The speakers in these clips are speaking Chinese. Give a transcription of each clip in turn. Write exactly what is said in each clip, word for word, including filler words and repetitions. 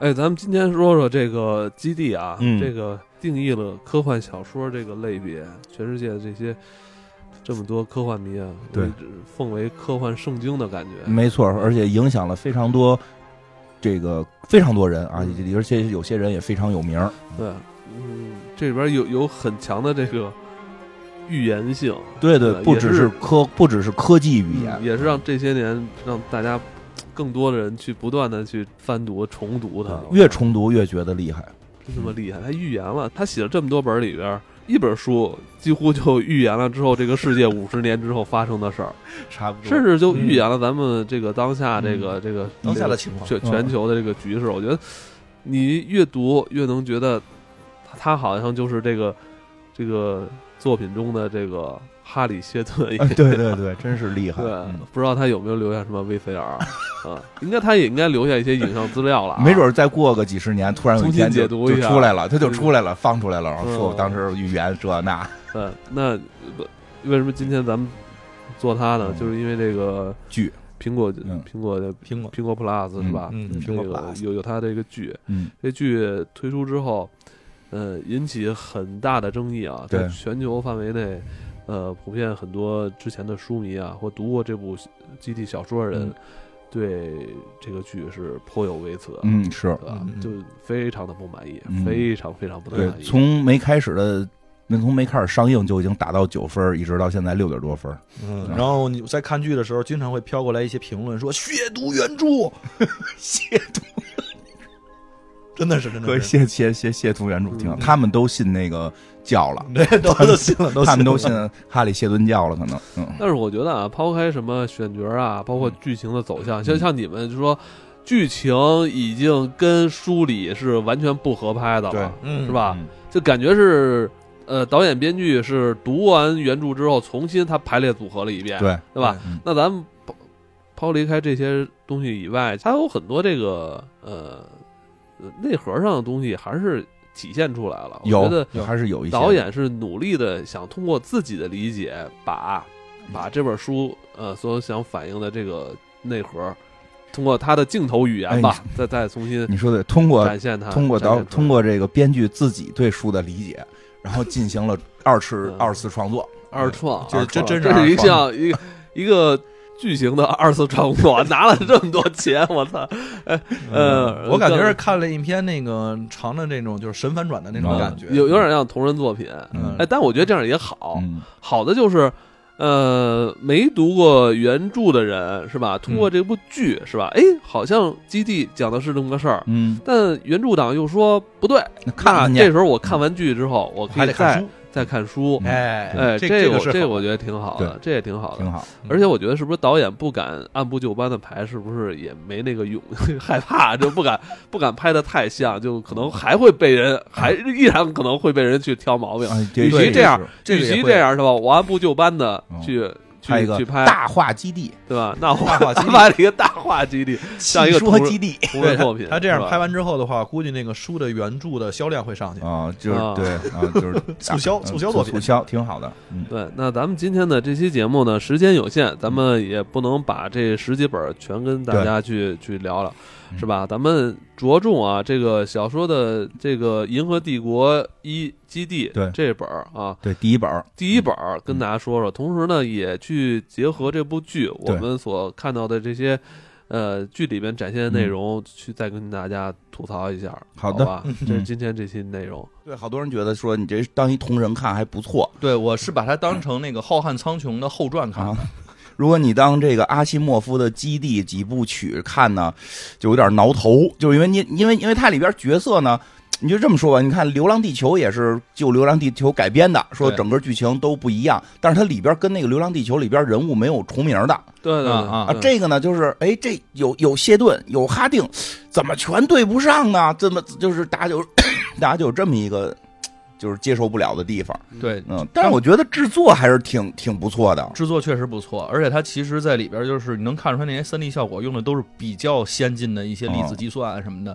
哎，咱们今天说说这个基地啊， 嗯、 这个定义了科幻小说这个类别，全世界的这些这么多科幻迷啊， 对， 奉为科幻圣经的感觉。 没错，而且影响了非常多，这个非常多人啊， 嗯、 而且有些人也非常有名。 对，嗯，这里边有有很强的这个预言性。 对对，不只是科，不只是科技语言、 嗯，也是让这些年让大家更多的人去不断的去翻读、重读它， 越重读越觉得厉害。 真这么厉害，他预言了，他写了这么多本里边，一本书几乎就预言了之后这个世界五十年之后发生的事儿， 差不多， 甚至就预言了咱们这个当下这个、 嗯、 这个当下的情况， 全全球的这个局势。我觉得你越读越能觉得他好像就是这个这个作品中的这个哈里谢顿一样、 啊、对对对，真是厉害。 对、 嗯， 不知道他有没有留下什么 V C R 啊？应该他也应该留下一些影像资料了、啊， 没准再过个几十年，突然有一天就重新解读一下就出来了，他就出来了，放出来了，然后说我当时预言这那。 嗯，那为什么今天咱们做它呢？ 嗯、 就是因为这个剧， 苹果嗯、 苹果的苹果苹果 Plus 是吧？ 嗯， 苹果 Plus 有有它这个剧， 嗯， 这剧推出之后，呃，引起很大的争议啊，在全球范围内。呃，普遍很多之前的书迷啊，或读过这部基地小说的人， 嗯、 对这个剧是颇有微词。 嗯，是， 吧？就非常的不满意， 嗯、 非常非常不满意。 对，从没开始的，那从没开始上映就已经打到九分，一直到现在六点多分。 嗯，然后你在看剧的时候，经常会飘过来一些评论，说亵渎原著，亵渎。真的是真的可以亵亵亵亵渎原著，挺好。他们都信那个教了， 对，都都信了，都他们都信哈里谢顿教了，可能。嗯， 但是我觉得啊，抛开什么选角啊，包括剧情的走向， 嗯、 像像你们就说，剧情已经跟书里是完全不合拍的了， 嗯、 是吧？ 嗯、 就感觉是呃，导演编剧是读完原著之后，重新他排列组合了一遍， 对对吧？ 嗯、 那咱们抛抛离开这些东西以外，它有很多这个呃。内核上的东西还是体现出来了， 有， 我觉得还是有一些导演是努力的想通过自己的理解，把把这本书呃所想反映的这个内核，通过他的镜头语言吧， 哎、 再再重新你说的通过展现它， 通过导通过这个编剧自己对书的理解，然后进行了二次、嗯、二次创作， 二创， 这这真这是一项一个一个。巨型的二次创作，拿了这么多钱，我操！哎，呃、 嗯，我感觉是看了一篇那个长的那种，就是神反转的那种感觉， 嗯、有有点像同人作品。 嗯， 哎，但我觉得这样也好， 嗯、 好的就是，呃，没读过原著的人是吧？通过这部剧、嗯、是吧？哎，好像基地讲的是这么个事儿， 嗯， 但原著党又说不对。 那这时候我看完剧之后，我可以还得看书。 再看书， 哎哎， 这这个这个我觉得挺好的，这也挺好的， 挺好。 而且我觉得是不是导演不敢按部就班的拍，是不是也没那个勇害怕，就不敢不敢拍的太像，就可能还会被人，还依然可能会被人去挑毛病。与其这样，与其这样是吧？我按部就班的去。 拍一个去拍大话基地， 对吧？那大话基地， 拍了一个大话基地，像一个说基地同人作品。 他这样拍完之后的话，估计那个书的原著的销量会上去啊，就是对啊，就是促销促销作品， 促销挺好的。嗯， 对。那咱们今天的这期节目呢，时间有限，咱们也不能把这十几本全跟大家去去聊了。是吧？咱们着重啊，这个小说的这个《银河帝国一基地》 对这本啊， 对第一本， 第一本跟大家说说。同时呢，也去结合这部剧我们所看到的这些呃剧里面展现的内容，嗯、去再跟大家吐槽一下。 好的， 好吧， 嗯、 这是今天这期内容。 对，好多人觉得说你这当一同人看还不错。 对，我是把它当成那个《浩瀚苍穹》的后传看。 啊如果你当这个阿西莫夫的基地几部曲看呢，就有点挠头，就是因为你因为因为它里边角色呢，你就这么说吧，你看《流浪地球》也是就《流浪地球》改编的，说整个剧情都不一样，但是它里边跟那个《流浪地球》里边人物没有重名的。 对对啊啊，这个呢就是哎，这有有谢顿有哈定，怎么全对不上呢？这么就是大家就大家就有这么一个。就是接受不了的地方， 对， 嗯，但是我觉得制作还是挺挺不错的， 制作确实不错，而且它其实在里边就是你能看出来那些三 D 效果用的都是比较先进的一些粒子计算什么的， 嗯、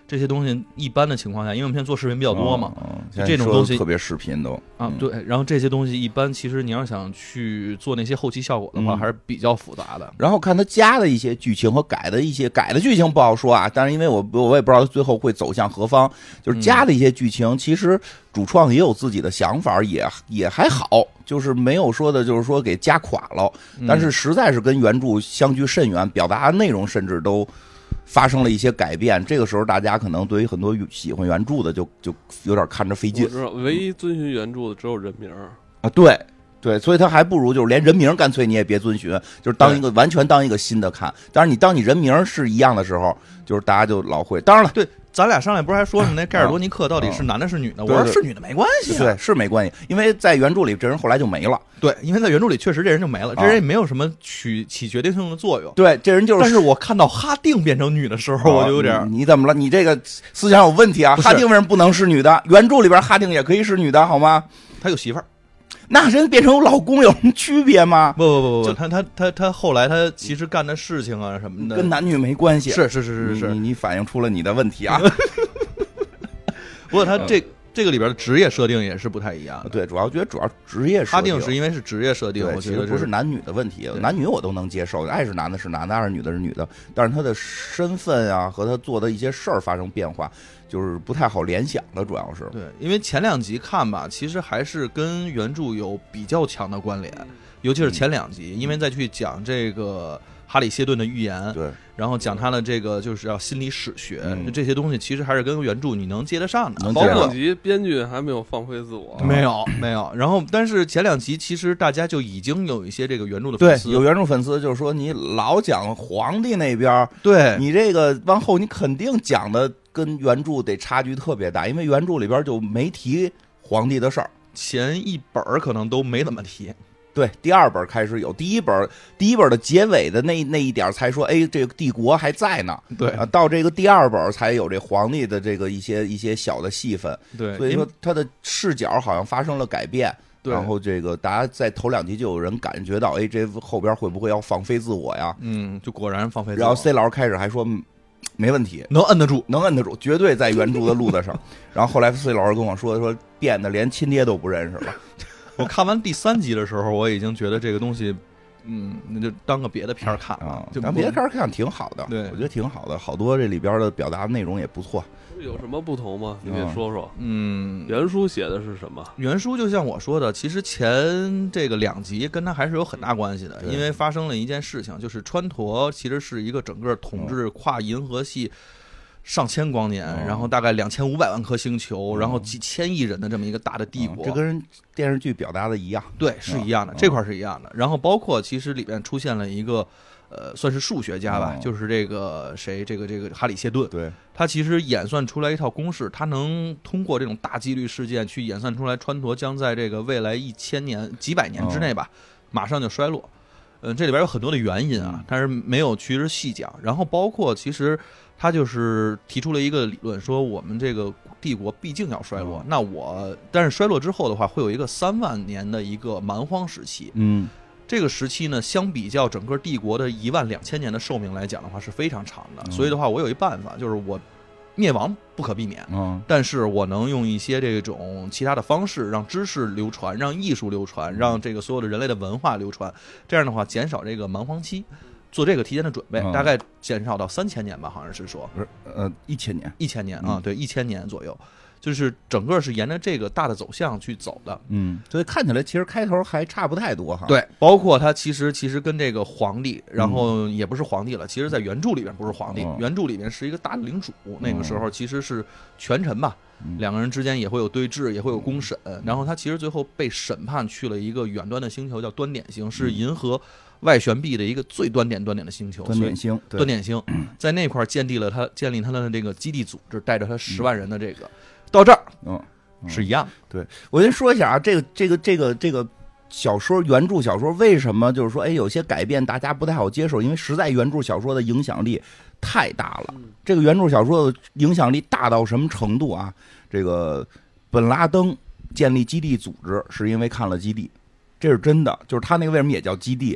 这些东西一般的情况下，因为我们现在做视频比较多嘛， 嗯嗯、这种东西特别视频都啊，对。然后这些东西一般其实你要想去做那些后期效果的话，嗯、还是比较复杂的。 然后看他加的一些剧情和改的一些改的剧情不好说啊，但是因为我我也不知道最后会走向何方，就是加的一些剧情，嗯、其实主创也有自己的想法，也也还好，就是没有说的就是说给加垮了，但是实在是跟原著相距甚远，表达内容甚至都发生了一些改变，这个时候大家可能对于很多喜欢原著的就就有点看着费劲。 我知道，唯一遵循原著的只有人名啊，对对，所以他还不如就是连人名干脆你也别遵循，就是当一个完全当一个新的看。当然你当你人名是一样的时候，就是大家就老会。当然了， 对，咱俩上来不是还说什么那盖尔多尼克到底是男的是女的？ 嗯、 我说是女的没关系、啊， 对，是没关系，因为在原著里这人后来就没了。 对，因为在原著里确实这人就没了，这人也没有什么起起决定性的作用。 对，这人就是。 但是我看到哈定变成女的时候，我就有点、 哦你，你怎么了？你这个思想有问题啊！哈定为什么不能是女的？原著里边哈定也可以是女的，好吗？ 他有媳妇儿。 那人变成老公有什么区别吗？ 不不不不，他他他他后来他其实干的事情啊什么的， 跟男女没关系。 是是是是是， 你你反映出了你的问题啊。 不过他这、嗯、这个里边的职业设定也是不太一样的。 对，主要觉得主要职业设定， 哈定是因为是职业设定，我觉得不是男女的问题，男女我都能接受，爱是男的是男的，爱是女的是女的，但是他的身份啊和他做的一些事儿发生变化。就是不太好联想的，主要是对，因为前两集看吧，其实还是跟原著有比较强的关联，尤其是前两集，嗯、因为再去讲这个哈里谢顿的预言， 对， 然后讲他的这个就是要心理史学， 嗯、 这些东西其实还是跟原著你能接得上的。 包括集编剧还没有放飞自我， 没有没有。然后，但是前两集其实大家就已经有一些这个原著的粉丝， 对，有原著粉丝就是说你老讲皇帝那边， 对你这个往后你肯定讲的。跟原著得差距特别大，因为原著里边就没提皇帝的事儿， 前一本可能都没怎么提。 对，第二本开始有，第一本第一本的结尾的那那一点才说，哎，这个帝国还在呢。 对啊，到这个第二本才有这皇帝的这个一些一些小的戏份。 对， 所以说他的视角好像发生了改变。 对， 然后这个大家在头两集就有人感觉到，哎，这后边会不会要放飞自我呀？ 嗯，就果然放飞自我。 然后 C 老师开始还说。没问题， 能摁得住， 能摁得住，绝对在原著的路子上。然后后来崔老师跟我说，说变得连亲爹都不认识了。 我看完第三集的时候，我已经觉得这个东西，嗯，那就当个别的片看啊，当别的片看挺好的。 对， 我觉得挺好的，好多这里边的表达内容也不错。 有什么不同吗？你给说说。 嗯， 原书写的是什么？ 原书就像我说的，其实前这个两集跟他还是有很大关系的，因为发生了一件事情，就是川陀其实是一个整个统治跨银河系上千光年， 嗯、 然后大概两千五百万颗星球，嗯、然后几千亿人的这么一个大的帝国。 嗯、这跟电视剧表达的一样。 对，是一样的，嗯、这块是一样的。然后包括其实里面出现了一个。呃，算是数学家吧， 嗯、 就是这个谁，这个这个哈里谢顿， 对， 他其实演算出来一套公式，他能通过这种大几率事件去演算出来，川陀将在这个未来一千年、几百年之内吧，嗯、马上就衰落。嗯、呃，这里边有很多的原因啊，但是没有去是细讲。然后包括其实他就是提出了一个理论，说我们这个帝国毕竟要衰落，嗯、那我但是衰落之后的话，会有一个三万年的一个蛮荒时期， 嗯。 这个时期呢，相比较整个帝国的一万两千年的寿命来讲的话，是非常长的。 嗯、 所以的话，我有一办法，就是我灭亡不可避免， 嗯， 但是我能用一些这种其他的方式，让知识流传，让艺术流传，让这个所有的人类的文化流传。这样的话，减少这个蛮荒期，做这个提前的准备， 嗯、 大概减少到三千年吧，好像是说， 不是呃一千年， 一千年啊，对，一千年左右。就是整个是沿着这个大的走向去走的， 嗯，所以看起来其实开头还差不太多哈。 对，包括他其实其实跟这个皇帝，然后也不是皇帝了，其实在原著里面不是皇帝， 嗯、 原著里面是一个大的领主，嗯、那个时候其实是权臣吧， 嗯、 两个人之间也会有对峙，也会有公审，嗯、然后他其实最后被审判去了一个远端的星球，叫端点星，是银河外旋臂的一个最端点端点的星球， 端点星， 端点星，在那块建立了他建立他的这个基地组织，带着他十万人的这个。到这儿， 嗯， 是一样的。 对，我先说一下啊，这个这个这个这个小说原著小说为什么就是说，哎，有些改变大家不太好接受，因为实在原著小说的影响力太大了。这个原著小说的影响力大到什么程度啊？这个本拉登建立基地组织是因为看了基地，这是真的。就是他那个为什么也叫基地？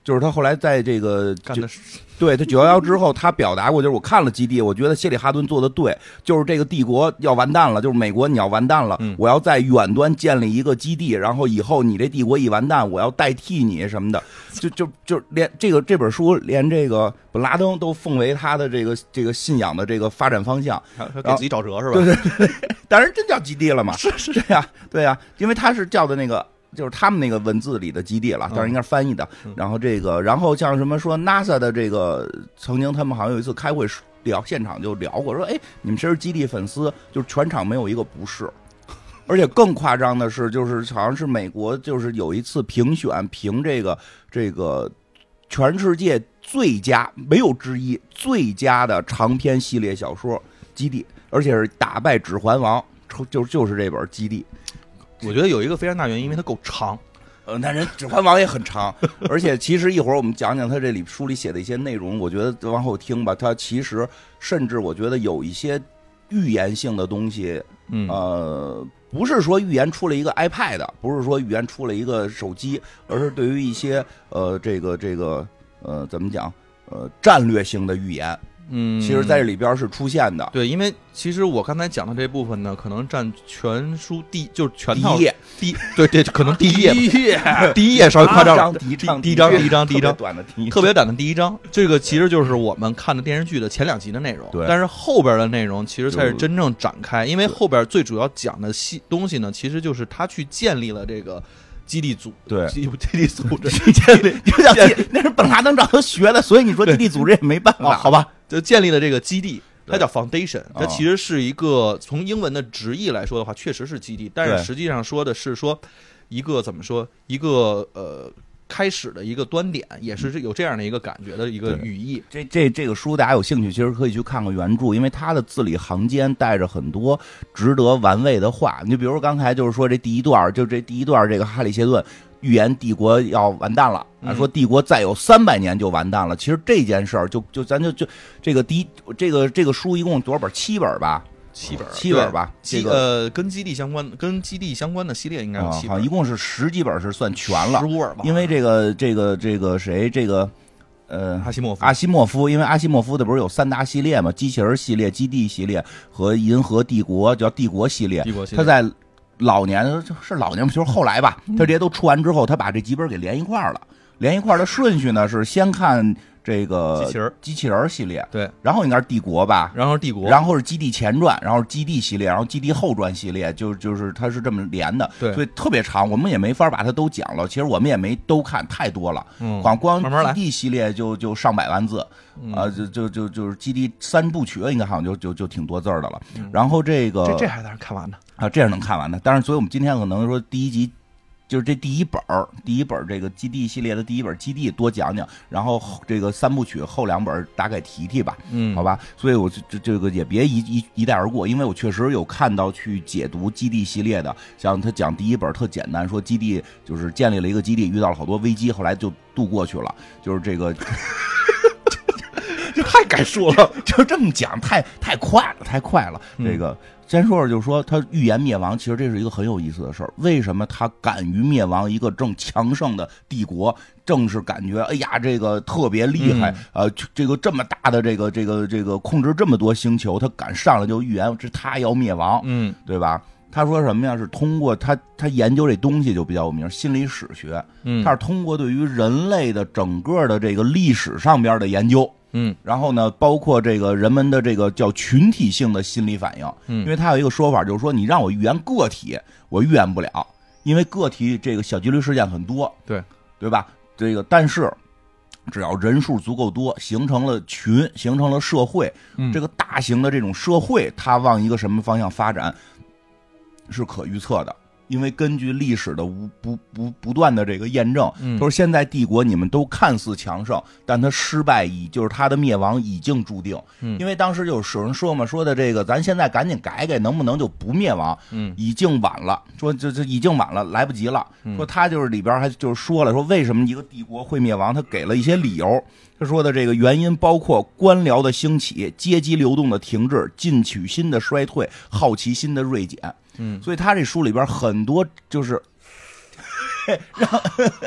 就是他后来在这个干的对他九一一之后，他表达过，就是我看了基地，我觉得谢里哈顿做的对，就是这个帝国要完蛋了，就是美国你要完蛋了， 嗯、 我要在远端建立一个基地，然后以后你这帝国一完蛋，我要代替你什么的，就就就连这个这本书连这个本拉登都奉为他的这个这个信仰的这个发展方向， 还给自己找辙是吧？ 对对对，当然真叫基地了嘛， 是是对呀对呀，因为他是叫的那个。就是他们那个文字里的基地了，当然应该是翻译的。 嗯、 然后这个，然后像什么说 NASA 的这个，曾经他们好像有一次开会聊，现场就聊过，说，哎，你们谁是基地粉丝？就是全场没有一个不是。而且更夸张的是，就是好像是美国，就是有一次评选评这个这个全世界最佳没有之一最佳的长篇系列小说《基地》，而且是打败《指环王》，就就是这本《基地》。 我觉得有一个非常大原因，因为它够长。 呃，那人《指环王》也很长，而且其实一会儿我们讲讲他这里书里写的一些内容，我觉得往后听吧，他其实甚至我觉得有一些预言性的东西， 嗯， 呃，不是说预言出了一个 iPad， 不是说预言出了一个手机，而是对于一些呃这个这个呃怎么讲呃战略性的预言。 嗯， 其实在这里边是出现的。 对，因为其实我刚才讲的这部分呢，可能占全书第就是全套第一页， 第对对，可能第一页， 第一页， 第一页稍微夸张了， 第一章， 第一章，第一章，第一章， 短的第一， 特别短的第一章，这个其实就是我们看的电视剧的前两集的内容。 对， 但是后边的内容其实才是真正展开，因为后边最主要讲的戏东西呢，其实就是他去建立了这个。基地组对基基地组织建立，那是本拉登让他学的，所以你说基地组织也没办法， 好吧？就建立了这个基地，它叫 foundation， 它其实是一个从英文的直译来说的话，确实是基地，但是实际上说的是说一个怎么说一个呃。开始的一个端点，也是有这样的一个感觉的一个语义。 这这这个书大家有兴趣，其实可以去看看原著，因为它的字里行间带着很多值得玩味的话。你比如刚才就是说这第一段，就这第一段，这个哈里谢顿预言帝国要完蛋了啊，说帝国再有三百年就完蛋了。其实这件事儿，就就咱就就这个第一这个这个书一共多少本？七本吧。 七本， 七本吧。 这个呃，跟基地相关、跟基地相关的系列应该有七本， 啊、一共是十几本是算全了， 十五本吧。 因为这个这个这个谁这个呃阿西莫夫， 阿西莫夫，因为阿西莫夫的不是有三大系列嘛，机器人系列、基地系列和银河帝国，叫帝国系列。 帝国系列，他在老年是老年，就是后来吧，他这些都出完之后，他把这几本给连一块了。连一块的顺序呢是先看。这个机器人机器人系列， 对， 然后应该是帝国吧， 然后是帝国， 然后是基地前传，然后是基地系列，然后基地后传系列，就就是它是这么连的， 对， 所以特别长，我们也没法把它都讲了。其实我们也没都看，太多了， 嗯， 光光慢慢来。 基地系列就就上百万字，啊、 嗯呃，就就就就是基地三部曲，应该好像就就就挺多字的了。嗯、然后这个这这还能看完呢啊，这样能看完的。但是，所以我们今天可能说第一集。就是这第一本第一本这个基地系列的第一本基地多讲讲，然后这个三部曲后两本大概提提吧， 嗯， 好吧。所以我这这个也别一一一带而过，因为我确实有看到去解读基地系列的，像他讲第一本特简单，说基地就是建立了一个基地，遇到了好多危机，后来就度过去了，就是这个。 这太该说了， 就这么讲，太太快了，太快了。 嗯、 这个先说说，就是说他预言灭亡，其实这是一个很有意思的事儿。为什么他敢于灭亡一个正强盛的帝国？正是感觉，哎呀，这个特别厉害， 嗯、 呃，这个这么大的这个这个这个控制这么多星球，他敢上来就预言，是他要灭亡， 嗯， 对吧？他说什么呀？是通过他他研究这东西就比较有名，心理史学， 嗯， 他是通过对于人类的整个的这个历史上边的研究。 嗯， 然后呢，包括这个人们的这个叫群体性的心理反应， 嗯， 因为他有一个说法，就是说你让我预言个体，我预言不了，因为个体这个小几率事件很多， 对对吧？这个但是只要人数足够多，形成了群，形成了社会， 嗯， 这个大型的这种社会，它往一个什么方向发展是可预测的。因为根据历史的无不不不断的这个验证， 嗯， 都是现在帝国你们都看似强盛，但它失败已就是它的灭亡已经注定。 嗯， 因为当时就有人说嘛，说的这个咱现在赶紧改改，能不能就不灭亡？ 嗯， 已经晚了，说这这已经晚了，来不及了。 嗯、 说他就是里边还就是说了，说为什么一个帝国会灭亡，他给了一些理由。他说的这个原因包括官僚的兴起、阶级流动的停滞、进取心的衰退、好奇心的锐减。 嗯， 所以他这书里边很多就是让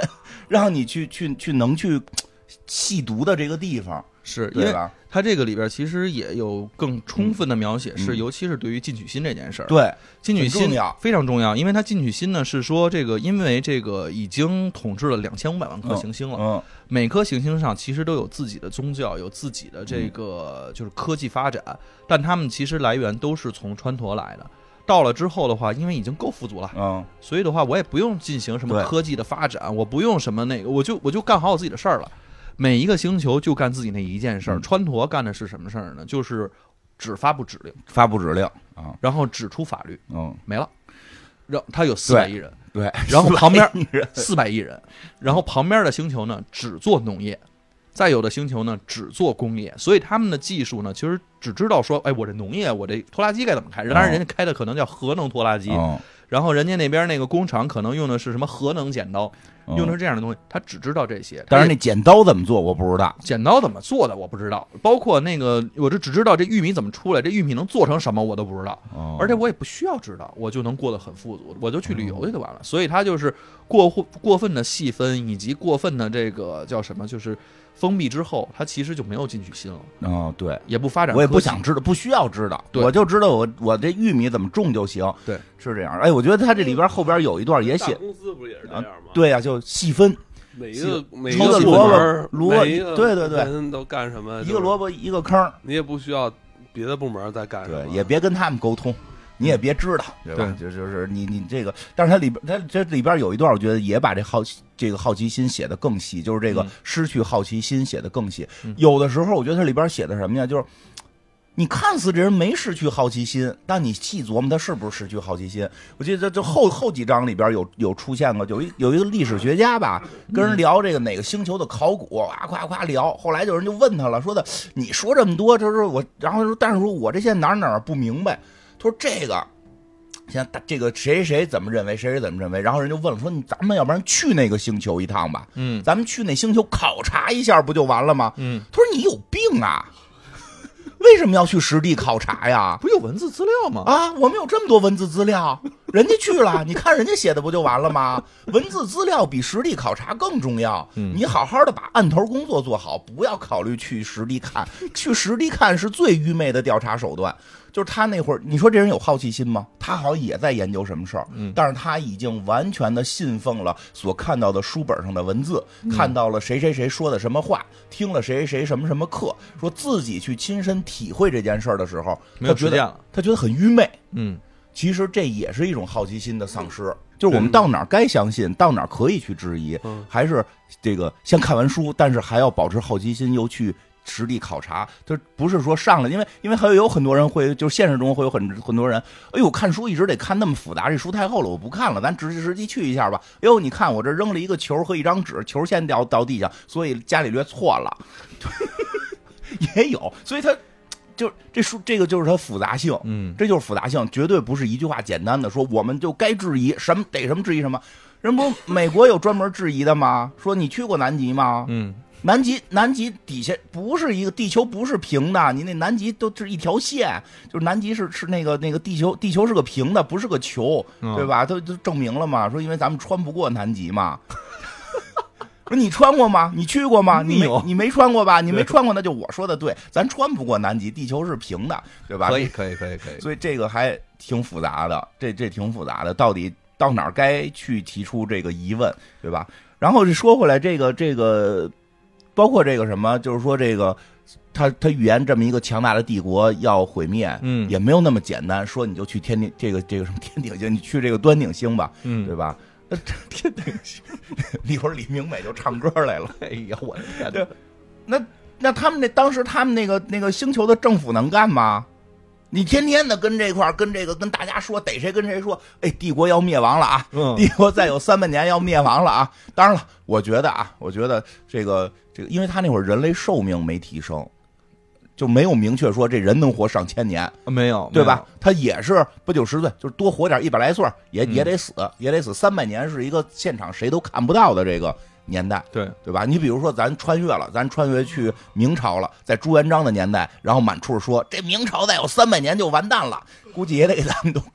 让你去去去能去细读的这个地方。 是因为它这个里边其实也有更充分的描写， 嗯、 是尤其是对于进取心这件事儿。 对， 进取心非常重要，因为它进取心呢是说这个，因为这个已经统治了两千五百万颗行星了， 嗯嗯、 每颗行星上其实都有自己的宗教，有自己的这个就是科技发展，嗯、但他们其实来源都是从川陀来的。到了之后的话，因为已经够富足了， 嗯， 所以的话我也不用进行什么科技的发展，我不用什么那个，我就我就干好我自己的事儿了。每一个星球就干自己那一件事儿，嗯、川陀干的是什么事儿呢？就是只发布指令， 发布指令啊， 然后只出法律， 嗯， 没了。然后他有四百亿人， 对， 然后旁边四百亿人，然后旁边的星球呢只做农业，再有的星球呢只做工业，所以他们的技术呢其实只知道说，哎，我这农业，我这拖拉机该怎么开？当然人家开的可能叫核能拖拉机， 哦、 然后人家那边那个工厂可能用的是什么核能剪刀。用的是这样的东西，他只知道这些。 但是那剪刀怎么做我不知道， 剪刀怎么做的我不知道，包括那个我就只知道这玉米怎么出来，这玉米能做成什么我都不知道， 哦、 而且我也不需要知道，我就能过得很富足，我就去旅游去就完了。所以他就是过过分的细分以及过分的这个叫什么，就是封闭之后，他其实就没有进取心了。 哦，对， 也不发展， 我也不想知道，不需要知道，我就知道我我这玉米怎么种就行。 对， 是这样。哎，我觉得他这里边后边有一段也写， 公司不也是这样吗？ 啊、对呀、啊，就细分。 每一个每一个萝卜萝卜， 对对对， 人都干什么？ 一个萝卜一个坑， 你也不需要别的部门在干什么， 对，也别跟他们沟通，你也别知道，对吧？就就是你你这个，但是它里边它这里边有一段，我觉得也把这好奇这个好奇心写得更细，就是这个失去好奇心写得更细。 嗯、 有的时候我觉得它里边写的什么呀，就是。你看似这人没失去好奇心，但你细琢磨他是不是失去好奇心？我记得这后后几章里边有有出现过，有一有一个历史学家吧，跟人聊这个哪个星球的考古，啊，夸夸聊。后来有人就问他了，说的你说这么多，他说我，然后说，但是说我这现在哪哪不明白。他说这个，现在这个谁谁谁怎么认为，谁谁怎么认为，然后人就问了，说你咱们要不然去那个星球一趟吧？ 嗯， 咱们去那星球考察一下，不就完了吗？ 嗯， 他说你有病啊！为什么要去实地考察呀？ 不有文字资料吗？ 啊，我们有这么多文字资料，人家去了，你看人家写的不就完了吗？文字资料比实地考察更重要。 嗯， 你好好的把案头工作做好，不要考虑去实地看。去实地看是最愚昧的调查手段。就是他那会儿，你说这人有好奇心吗？他好像也在研究什么事儿， 嗯， 但是他已经完全的信奉了所看到的书本上的文字， 嗯， 看到了谁谁谁说的什么话，听了谁谁谁什么什么课，说自己去亲身体会这件事儿的时候，他觉得他觉得很愚昧。 嗯， 其实这也是一种好奇心的丧失，就是我们到哪儿该相信，到哪儿可以去质疑， 嗯， 还是这个先看完书，但是还要保持好奇心，又去实地考察。就不是说上来，因为因为还有很多人会，就是现实中会有很很多人，哎呦，看书一直得看那么复杂，这书太厚了，我不看了，咱直实际去一下吧。哎呦，你看我这扔了一个球和一张纸，球先掉到地上，所以伽利略错了，也有，所以他。就这书，这个就是它复杂性， 嗯， 这就是复杂性，绝对不是一句话简单的说我们就该质疑什么得什么质疑什么。人不美国有专门质疑的吗？说你去过南极吗？ 嗯， 南极南极底下不是一个地球，不是平的，你那南极都是一条线，就是南极是是那个那个地球地球是个平的，不是个球，对吧？都都证明了嘛，说因为咱们穿不过南极嘛。说你穿过吗？你去过吗？你没你没穿过吧？你没穿过，那就我说的对，咱穿不过南极，地球是平的，对吧？ 可以，可以，可以，可以。 所以这个还挺复杂的，这这挺复杂的，到底到哪儿该去提出这个疑问，对吧？然后说回来，这个这个，包括这个什么，就是说这个。他他预言这么一个强大的帝国要毁灭， 嗯， 也没有那么简单。说你就去天顶这个这个什么天顶星，你去这个端顶星吧， 嗯， 对吧？天顶星，一会儿李明美就唱歌来了。 哎呀，我的天哪！ 那那他们那当时他们那个那个星球的政府能干吗？你天天的跟这块儿跟这个跟大家说逮谁跟谁说，哎，帝国要灭亡了啊！ 嗯， 帝国再有三百年要灭亡了啊！当然了，我觉得啊，我觉得这个这个，因为他那会儿人类寿命没提升。就没有明确说这人能活上千年， 没有， 对吧？他也是不九十岁，就是多活点一百来岁也也得死， 嗯、 也得死。三百年是一个现场谁都看不到的这个年代， 对对吧？你比如说咱穿越了，咱穿越去明朝了，在朱元璋的年代，然后满处说这明朝再有三百年就完蛋了，估计也得给咱们都看了。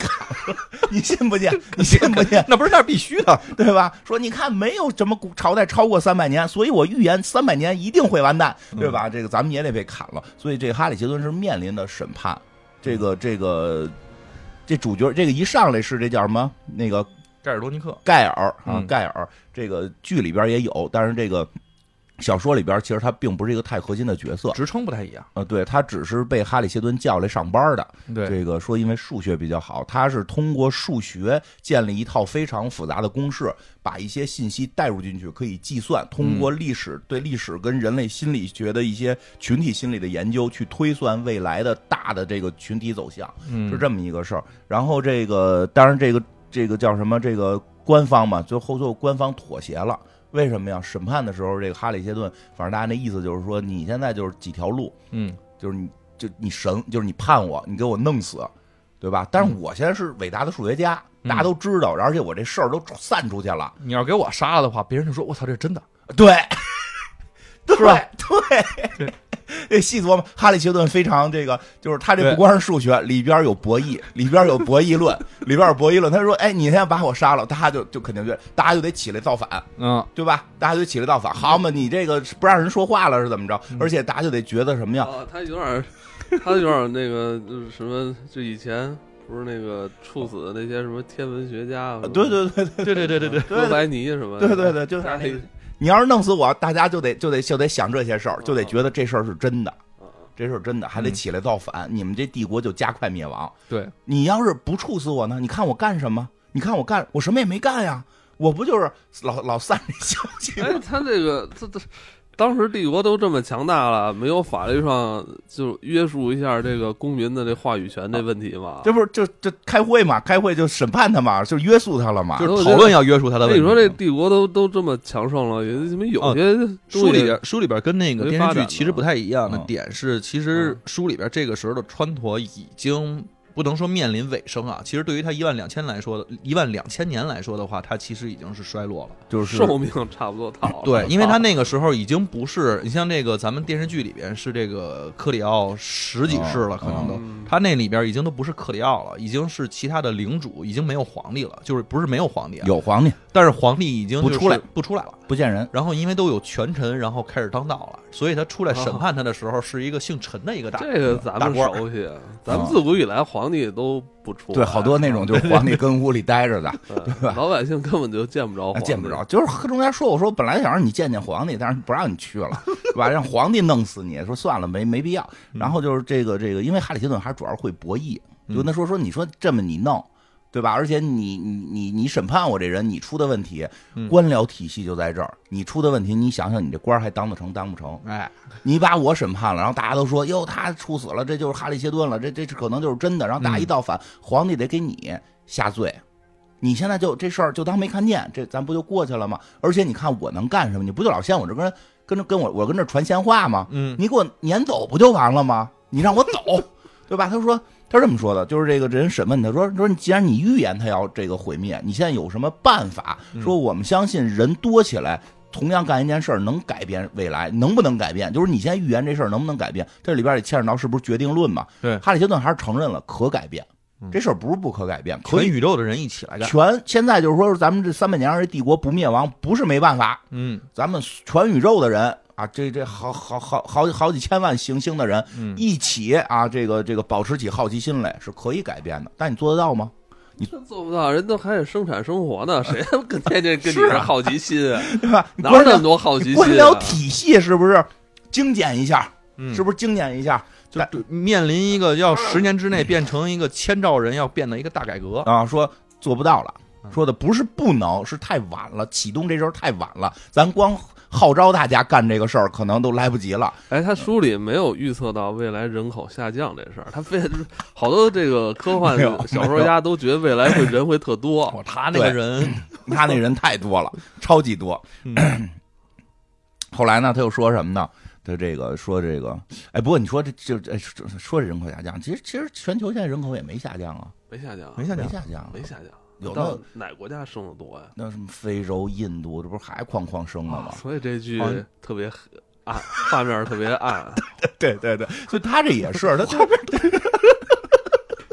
你信不信？你信不信？ 那不是那是必须的， 对吧？说你看，没有什么朝代超过三百年，所以我预言三百年一定会完蛋，对吧？嗯、这个咱们也得被砍了。所以这个哈里谢顿是面临的审判。这个这个这主角，这个一上来是这叫什么？那个盖尔多尼克， 盖尔啊， 嗯、 盖尔。这个剧里边也有，但是这个。小说里边其实他并不是一个太核心的角色， 职称不太一样。 呃，对，他只是被哈里谢顿叫来上班的。 对， 这个说因为数学比较好，他是通过数学建立一套非常复杂的公式，把一些信息带入进去，可以计算。通过历史、嗯、对历史跟人类心理学的一些群体心理的研究，去推算未来的大的这个群体走向， 嗯、 是这么一个事儿。然后这个当然这个这个叫什么？这个官方嘛，最后最后官方妥协了。为什么呀？审判的时候，这个哈里谢顿，反正大家那意思就是说，你现在就是几条路， 嗯， 就是你就你神，就是你判我，你给我弄死，对吧？但是我现在是伟大的数学家， 嗯、 大家都知道，而且我这事儿都散出去了。 你要给我杀了的话，别人就说我操，这是真的， 对，对是吧？ 对。这细琢磨，哈里谢顿非常这个，就是他这不光是数学，里边有博弈，里边有博弈论，里边有博弈论。他说：“哎，你现在把我杀了，大家就就肯定就大家就得起来造反， 嗯， 对吧？大家就起来造反。好嘛，你这个不让人说话了是怎么着？而且大家就得觉得什么呀？ 哦、他有点，他有点那个就是什么，就以前不是那个处死的那些什么天文学家， 对对对对对对对对对， 哥白尼什么， 对对对，就是那个。你要是弄死我，大家就得就得就得想这些事儿，就得觉得这事儿是真的。”这事儿真的还得起来造反，嗯、你们这帝国就加快灭亡。 对， 你要是不处死我呢？你看我干什么？你看我干，我什么也没干呀，我不就是老老散这消息吗？ 哎，他这个他他。当时帝国都这么强大了，没有法律上就约束一下这个公民的这话语权这问题嘛？ 这不是就就开会嘛？开会就审判他嘛，就约束他了嘛？ 就是讨论要约束他的问题。 你说这帝国都都这么强盛了，有什么有些书里边书里边跟那个电视剧其实不太一样的点是，其实书里边这个时候的川陀已经。不能说面临尾声啊，其实对于他一万两千来说的，一万两千年来说的话，他其实已经是衰落了， 就是寿命差不多到了。 对，因为他那个时候已经不是你像这个咱们电视剧里边是这个克里奥十几世了，可能都、嗯、他那里边已经都不是克里奥了，已经是其他的领主，已经没有皇帝了，就是不是没有皇帝啊， 有皇帝， 但是皇帝已经、就是、 不出来， 不出来了， 不见人。 然后因为都有权臣，然后开始当道了，所以他出来审判他的时候是一一个姓陈的一个大， 这个咱们熟悉，咱们自古以来皇帝都。不出对，好多那种就是皇帝跟屋里待着的，对吧？ 老百姓根本就见不着皇帝， 见不着。就是贺中间说，我说本来想让你见见皇帝，但是不让你去了，对吧？让皇帝弄死你，说算了，没没必要。然后就是这个这个，因为哈里谢顿还主要会博弈，就跟他说说，你说这么你弄。对吧？而且你你你你审判我这人，你出的问题，官僚体系就在这儿。你出的问题，你想想，你这官还当得成当不成？ 哎， 你把我审判了，然后大家都说哟，他处死了，这就是哈里谢顿了，这这可能就是真的。然后大家一造反，嗯、皇帝得给你下罪。你现在就这事儿就当没看见，这咱不就过去了吗？而且你看我能干什么？你不就老嫌我这跟跟着跟我我跟这传闲话吗？ 嗯， 你给我撵走不就完了吗？你让我走，对吧？他说。他是这么说的，就是这个人审问他说说，既然你预言他要这个毁灭，你现在有什么办法？说我们相信人多起来，同样干一件事儿能改变未来，能不能改变？就是你现在预言这事儿能不能改变？这里边也牵扯到是不是决定论嘛？ 对， 哈里谢顿还是承认了可改变，这事儿不是不可改变， 全宇宙的人一起来干。 全现在就是说，咱们这三百年让这帝国不灭亡，不是没办法。 嗯， 咱们全宇宙的人。啊，这这好好好好好几千万行星的人、嗯、一起啊，这个这个保持起好奇心来是可以改变的，但你做得到吗？你做不到，人都还得生产生活呢，谁跟天天跟你这好奇心啊， 对吧？ 哪有那么多好奇心、啊？ 官僚体系是不是精简一下？ 嗯、 是不是精简一下？ 就面临一个要十年之内变成一个千兆人要变得一个大改革啊，说做不到了，说的不是不能，是太晚了，启动这时候太晚了，咱光。号召大家干这个事儿，可能都来不及了。 哎，他书里没有预测到未来人口下降这事儿，他非好多这个科幻小说家都觉得未来会人会特多。 哦、他那个人， 他那人太多了，超级多。嗯、后来呢，他又说什么呢？他这个说这个，哎，不过你说这就哎说这人口下降，其实其实全球现在人口也没下降啊， 没下降， 没下降， 没下降， 没下降。 有那哪国家生的多呀？ 那什么非洲、印度，这不是还哐哐生的吗？ 哦、所以这剧特别暗，画面特别暗。 对对对，所以他这也是他画面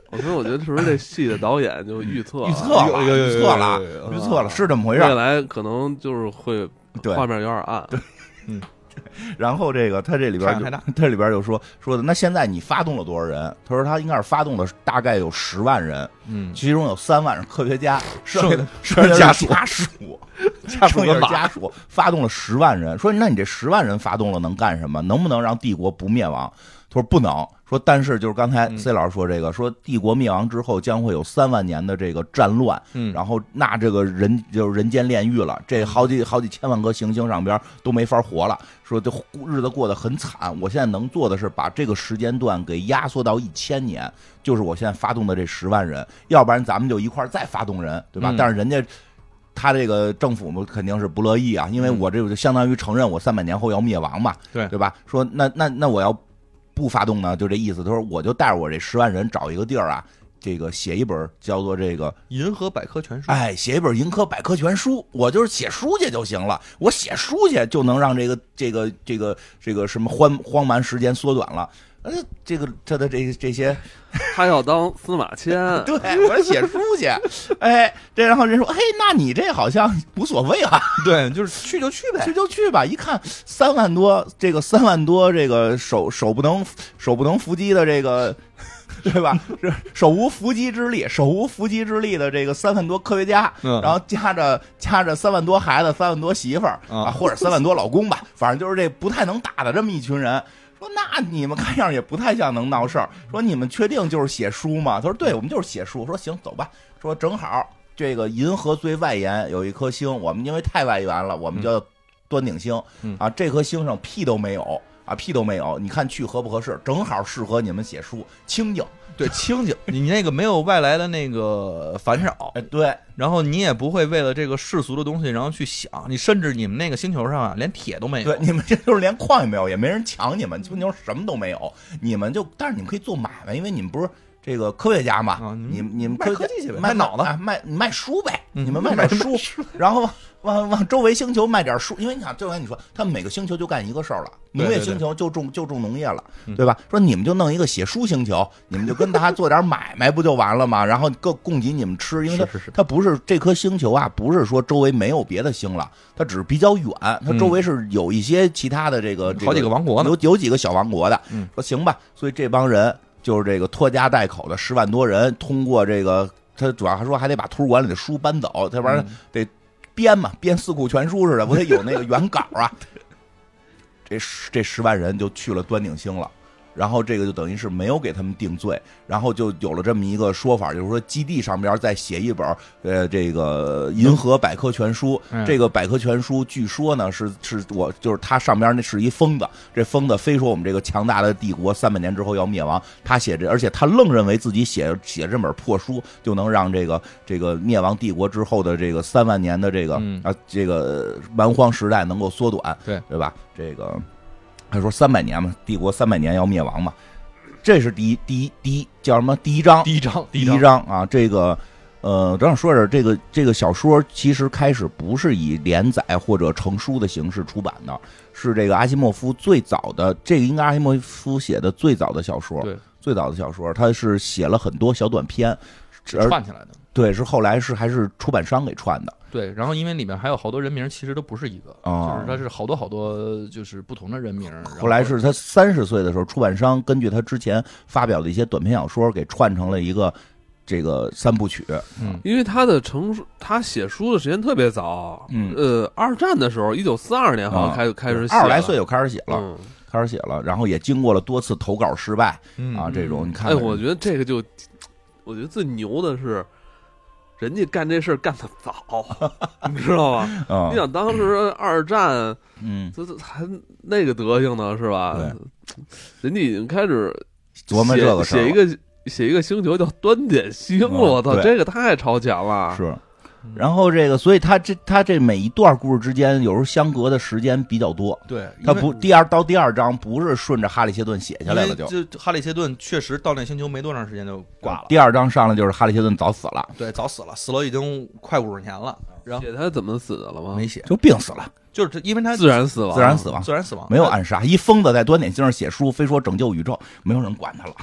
所以我觉得是不是这戏的导演就预测预测了，预测了，预测了，是这么回事。 未来可能就是会画面有点暗， 对，嗯。然后这个他这里边就他里边就说说的，那现在你发动了多少人？他说他应该是发动了大概有十万人， 嗯， 其中有三万是科学家，剩下的剩下家属家属家属的家属发动了十万人。说那你这十万人发动了能干什么？能不能让帝国不灭亡？他说不能。说但是就是刚才 C 老师说这个，说帝国灭亡之后将会有三万年的这个战乱， 嗯， 然后那这个人就是人间炼狱了，这好几好几千万颗行星上边都没法活了，说这日子过得很惨。我现在能做的是把这个时间段给压缩到一千年，就是我现在发动的这十万人，要不然咱们就一块再发动人，对吧？ 嗯、 但是人家。他这个政府嘛肯定是不乐意啊，因为我这个就相当于承认我三百年后要灭亡嘛， 对对吧？说那那那我要不发动呢，就这意思。他说我就带着我这十万人找一个地儿啊，这个写一本叫做这个《 银河百科全书》， 哎，写一本《银河百科全书》，我就是写书去就行了，我写书去就能让这个这个这个这个什么荒荒蛮时间缩短了。呃，这个他的这这些， 他要当司马迁， 对，我要写书去，哎，这然后人说，哎，那你这好像无所谓啊， 对，就是去就去呗， 去就去吧。一看三万多，这个三万多，这个手手不能手不能伏击的这个。对吧？手无缚鸡之力，手无缚鸡之力的这个三万多科学家， 嗯、 然后加着加着三万多孩子、三万多媳妇儿、 嗯、 啊，或者三万多老公吧，反正就是这不太能打的这么一群人。说那你们看样也不太像能闹事儿。说你们确定就是写书吗？他说对，我们就是写书。说行，走吧。说正好这个银河最外沿有一颗星，我们因为太外缘了，我们叫端顶星、 嗯、 啊，这颗星上屁都没有。啊，屁都没有！你看去合不合适？正好适合你们写书，清静， 对，清静。你那个没有外来的那个烦扰， 哎，对。 然后你也不会为了这个世俗的东西，然后去想。你甚至你们那个星球上啊，连铁都没有。 对，你们这就是连矿也没有，也没人抢你们，星球什么都没有。你们就，但是你们可以做买卖，因为你们不是这个科学家嘛？ 啊、 你们你们卖科技去呗， 卖脑子， 啊、卖卖书呗。 嗯、 你们卖点书，然后。往往周围星球卖点书，因为你想，就跟你说，他们每个星球就干一个事儿了，农业星球就种就种农业了，对吧？说你们就弄一个写书星球，你们就跟大家做点买卖，不就完了吗？然后各供给你们吃，因为它是是是它不是这颗星球啊，不是说周围没有别的星了，它只是比较远，它周围是有一些其他的这个、 嗯这个、好几个王国呢， 有有几个小王国的。 嗯， 说行吧，所以这帮人就是这个拖家带口的十万多人，通过这个，他主要还说还得把图书馆里的书搬走，这玩意儿得。编嘛，编四库全书似的，不得有那个原稿啊？这这十万人就去了端顶星了，然后这个就等于是没有给他们定罪，然后就有了这么一个说法，就是说基地上边再写一本呃这个银河百科全书， 嗯、 这个百科全书据说呢是是我就是它上边那是一疯子，这疯子非说我们这个强大的帝国三百年之后要灭亡，他写这，而且他愣认为自己写写这本破书就能让这个这个灭亡帝国之后的这个三万年的这个、 嗯、 啊这个蛮荒时代能够缩短， 对对吧？这个。他说三百年嘛，帝国三百年要灭亡嘛，这是第一第一第一叫什么？第一章， 第一章， 第一章啊！这个呃，正好说着，这个这个小说其实开始不是以连载或者成书的形式出版的，是这个阿西莫夫最早的，这个应该阿西莫夫写的最早的小说， 对， 最早的小说，他是写了很多小短篇， 串起来的。 对，是后来是还是出版商给串的。 对，然后因为里面还有好多人名，其实都不是一个， 哦、 就是他是好多好多就是不同的人名。 后来是他三十岁的时候，出版商根据他之前发表的一些短篇小说，给串成了一个这个三部曲。 嗯， 因为他的成书，他写书的时间特别早。 嗯， 呃，二战的时候，一九四二年好像开、 嗯、 开始写， 二十来岁就开始写了。 嗯开始写了，然后也经过了多次投稿失败、 嗯、 啊，这种你看， 哎，我觉得这个就，我觉得最牛的是，人家干这事儿干得早，你知道吗？ 嗯、 你想当时二战， 嗯， 这这还那个德行呢，是吧？人家已经开始琢磨这个事儿，写一个写一个星球叫端点星了， 嗯、 我操，这个太超前了， 是。然后这个，所以他这他这每一段故事之间，有时候相隔的时间比较多。 对， 他不第二到第二章不是顺着哈里谢顿写下来了就， 就哈里谢顿确实到那星球没多长时间就挂了。 第二章上来就是哈里谢顿早死了， 对，早死了，死了已经快五十年了。然后写他怎么死的了吗？ 没写， 就病死了， 就是因为他自然死亡， 自然死亡， 自然死亡， 没有暗杀。一疯子在端点星上写书，非说拯救宇宙，没有人管他了。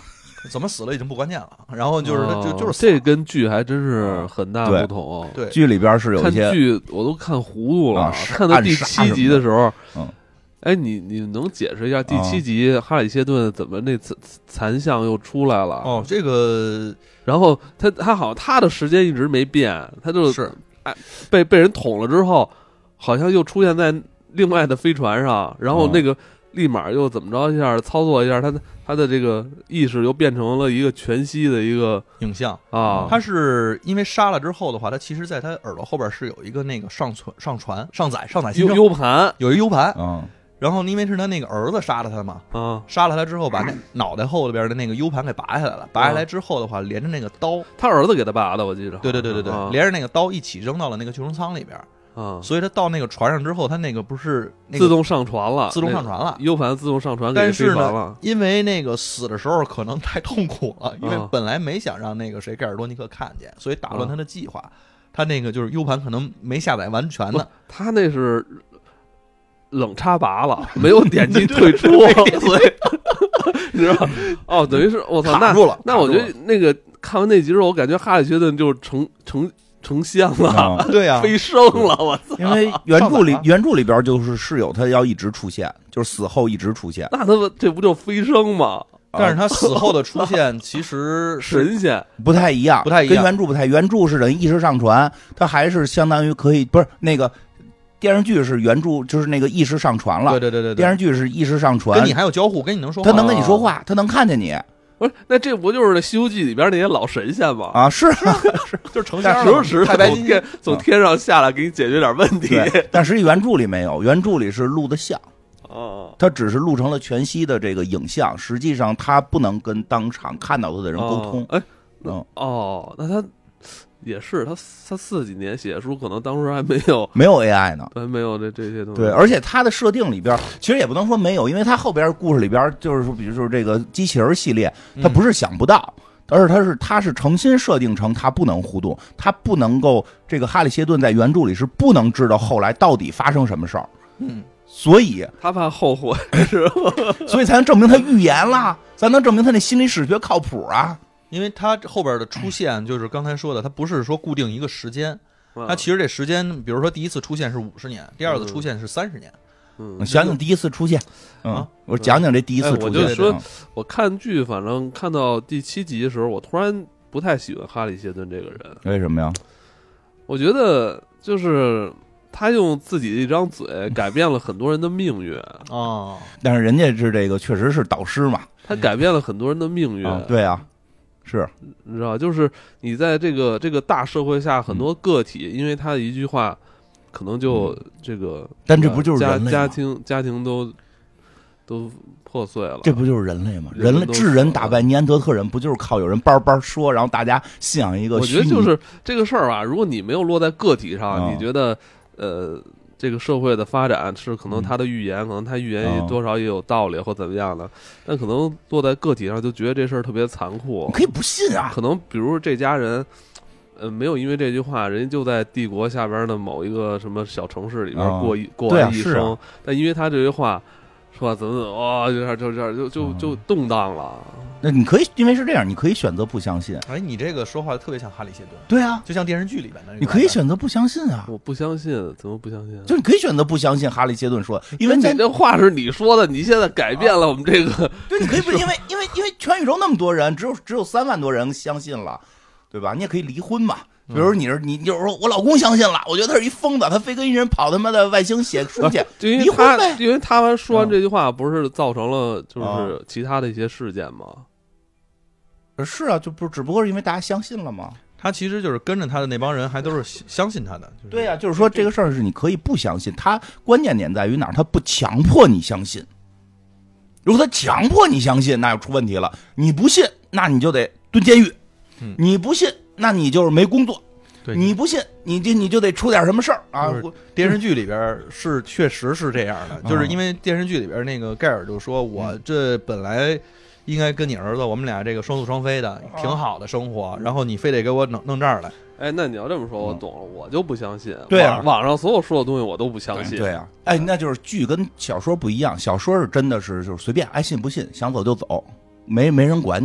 怎么死了已经不关键了。然后就是他就就是死这跟剧还真是很大不同。 对， 剧里边是有一些看剧我都看糊涂了， 啊看到第七集的时候， 嗯。 哎，你你能解释一下第七集、哦、哈里谢顿怎么那残残像又出来了？ 哦，这个， 然后他他好像他的时间一直没变，他就是哎被被人捅了之后，好像又出现在另外的飞船上，然后那个立马又怎么着一下操作一下，他的他的这个意识又变成了一个全息的一个影像啊。 他是因为杀了之后的话，他其实在他耳朵后边是有一个那个上传上传上载上载新 U 盘， 有一 U 盘， 嗯。 然后因为是他那个儿子杀了他嘛， 啊， 杀了他之后，把那脑袋后边的那个 U 盘给拔下来了，拔下来之后的话，连着那个刀， 他儿子给他拔的，我记得。 对对对对对， 啊、 连着那个刀一起扔到了那个救生舱里边。 啊， 所以他到那个船上之后，他那个不是、那个、 自动上传了， 自动上传了 ，U 盘自动上传给但是呢， 因为那个死的时候可能太痛苦了，因为本来没想让那个谁盖尔多尼克看见，所以打乱他的计划。他那个就是 U 盘可能没下载完全的， 他那是。冷插拔了，没有点击退出，所以你知道？哦，等于是我操，那那我觉得那个看完那集之后，我感觉哈里谢顿就成成成仙了， 嗯、对呀、啊， 飞升了，我操！ 因为原著里原著里边就是室友他要一直出现，就是死后一直出现， 那他这不就飞升吗？ 但是他死后的出现其实神仙不太一样， 不太一样， 跟原著不太。原著是等于意识上传，它还是相当于可以不是那个。电视剧是原著，就是那个意识上传了。 对对对对， 电视剧是意识上传， 跟你还有交互，跟你能说话， 他能跟你说话，他能看见你。 不是，那这不就是《西游记》里边那些老神仙吗？ 啊，是啊， 是，就是成仙时时太白从天从天上下来给你解决点问题。 但实际原著里没有，原著里是录的像。 哦， 他只是录成了全息的这个影像，实际上他不能跟当场看到他的人沟通。 哎， 嗯， 哦，那他。也是他，他四几年写书，可能当时还没有没有 A I 呢， 还没有这这些东西。 对，而且他的设定里边，其实也不能说没有，因为他后边故事里边就是说，比如说这个机器人系列，他不是想不到，嗯、而是他是他是诚心设定成他不能互动，他不能够这个哈里谢顿在原著里是不能知道后来到底发生什么事儿， 嗯， 所以他怕后悔，是吧？ 所以才能证明他预言了，才能证明他那心理史学靠谱啊。 因为他后边的出现，就是刚才说的，他不是说固定一个时间，他其实这时间，比如说第一次出现是五十年，第二次出现是三十年。 嗯，想想第一次出现，嗯，我讲讲这第一次出现。 我就说，我看剧，反正看到第七集的时候，我突然不太喜欢哈里谢顿这个人。 为什么呀？ 我觉得就是他用自己的一张嘴改变了很多人的命运哦， 但是人家是这个确实是导师嘛， 他改变了很多人的命运。 啊对啊。是， 你知道，就是你在这个这个大社会下，很多个体，嗯、因为他的一句话，可能就这个， 但这不就是家人类吗？ 家庭家庭都都破碎了， 这不就是人类吗？人类智人打败尼安德特人，不就是靠有人叭叭说，然后大家信仰一个？ 我觉得就是这个事儿吧，如果你没有落在个体上， 哦、 你觉得呃。这个社会的发展是可能他的预言，嗯、可能他预言也多少也有道理或怎么样的，但可能落在个体上就觉得这事儿特别残酷。 你可以不信啊， 可能比如这家人，呃，没有因为这句话，人家就在帝国下边的某一个什么小城市里边过一、哦、过完一生， 啊、 但因为他这句话说怎么怎么哇，就这就这就就就动荡了。 那你可以，因为是这样，你可以选择不相信。 哎，你这个说话特别像哈里谢顿。 对啊， 就像电视剧里边的。 你可以选择不相信啊。 我不相信，怎么不相信、啊？ 就你可以选择不相信哈里谢顿说，因为你这话是你说的，你现在改变了我们这个。啊、 对，你可以不，因为因为因为全宇宙那么多人，只有只有三万多人相信了，对吧？你也可以离婚嘛。比如你是你就是说我老公相信了，我觉得他是一疯子，他非跟一人跑他妈的外星写书去，离婚呗。 因为他说完这句话，不是造成了就是其他的一些事件吗？ 是啊，就不只不过是因为大家相信了吗？ 他其实就是跟着他的那帮人，还都是相信他的。就是、 对呀、啊，就是说这个事儿是你可以不相信，他关键点在于哪儿？他不强迫你相信。如果他强迫你相信，那就出问题了。你不信，那你就得蹲监狱； 嗯、 你不信，那你就是没工作。 对， 你不信，你就你就得出点什么事儿啊！ 电视剧里边是确实是这样的，就是因为电视剧里边那个盖尔就说：“我这本来应该跟你儿子，我们俩这个双宿双飞的，挺好的生活，然后你非得给我弄弄这儿来。” 哎，那你要这么说，我懂了，我就不相信。 对啊， 网上所有说的东西我都不相信。 对啊，哎，那就是剧跟小说不一样，小说是真的是就是随便爱信不信，想走就走，没没人管你。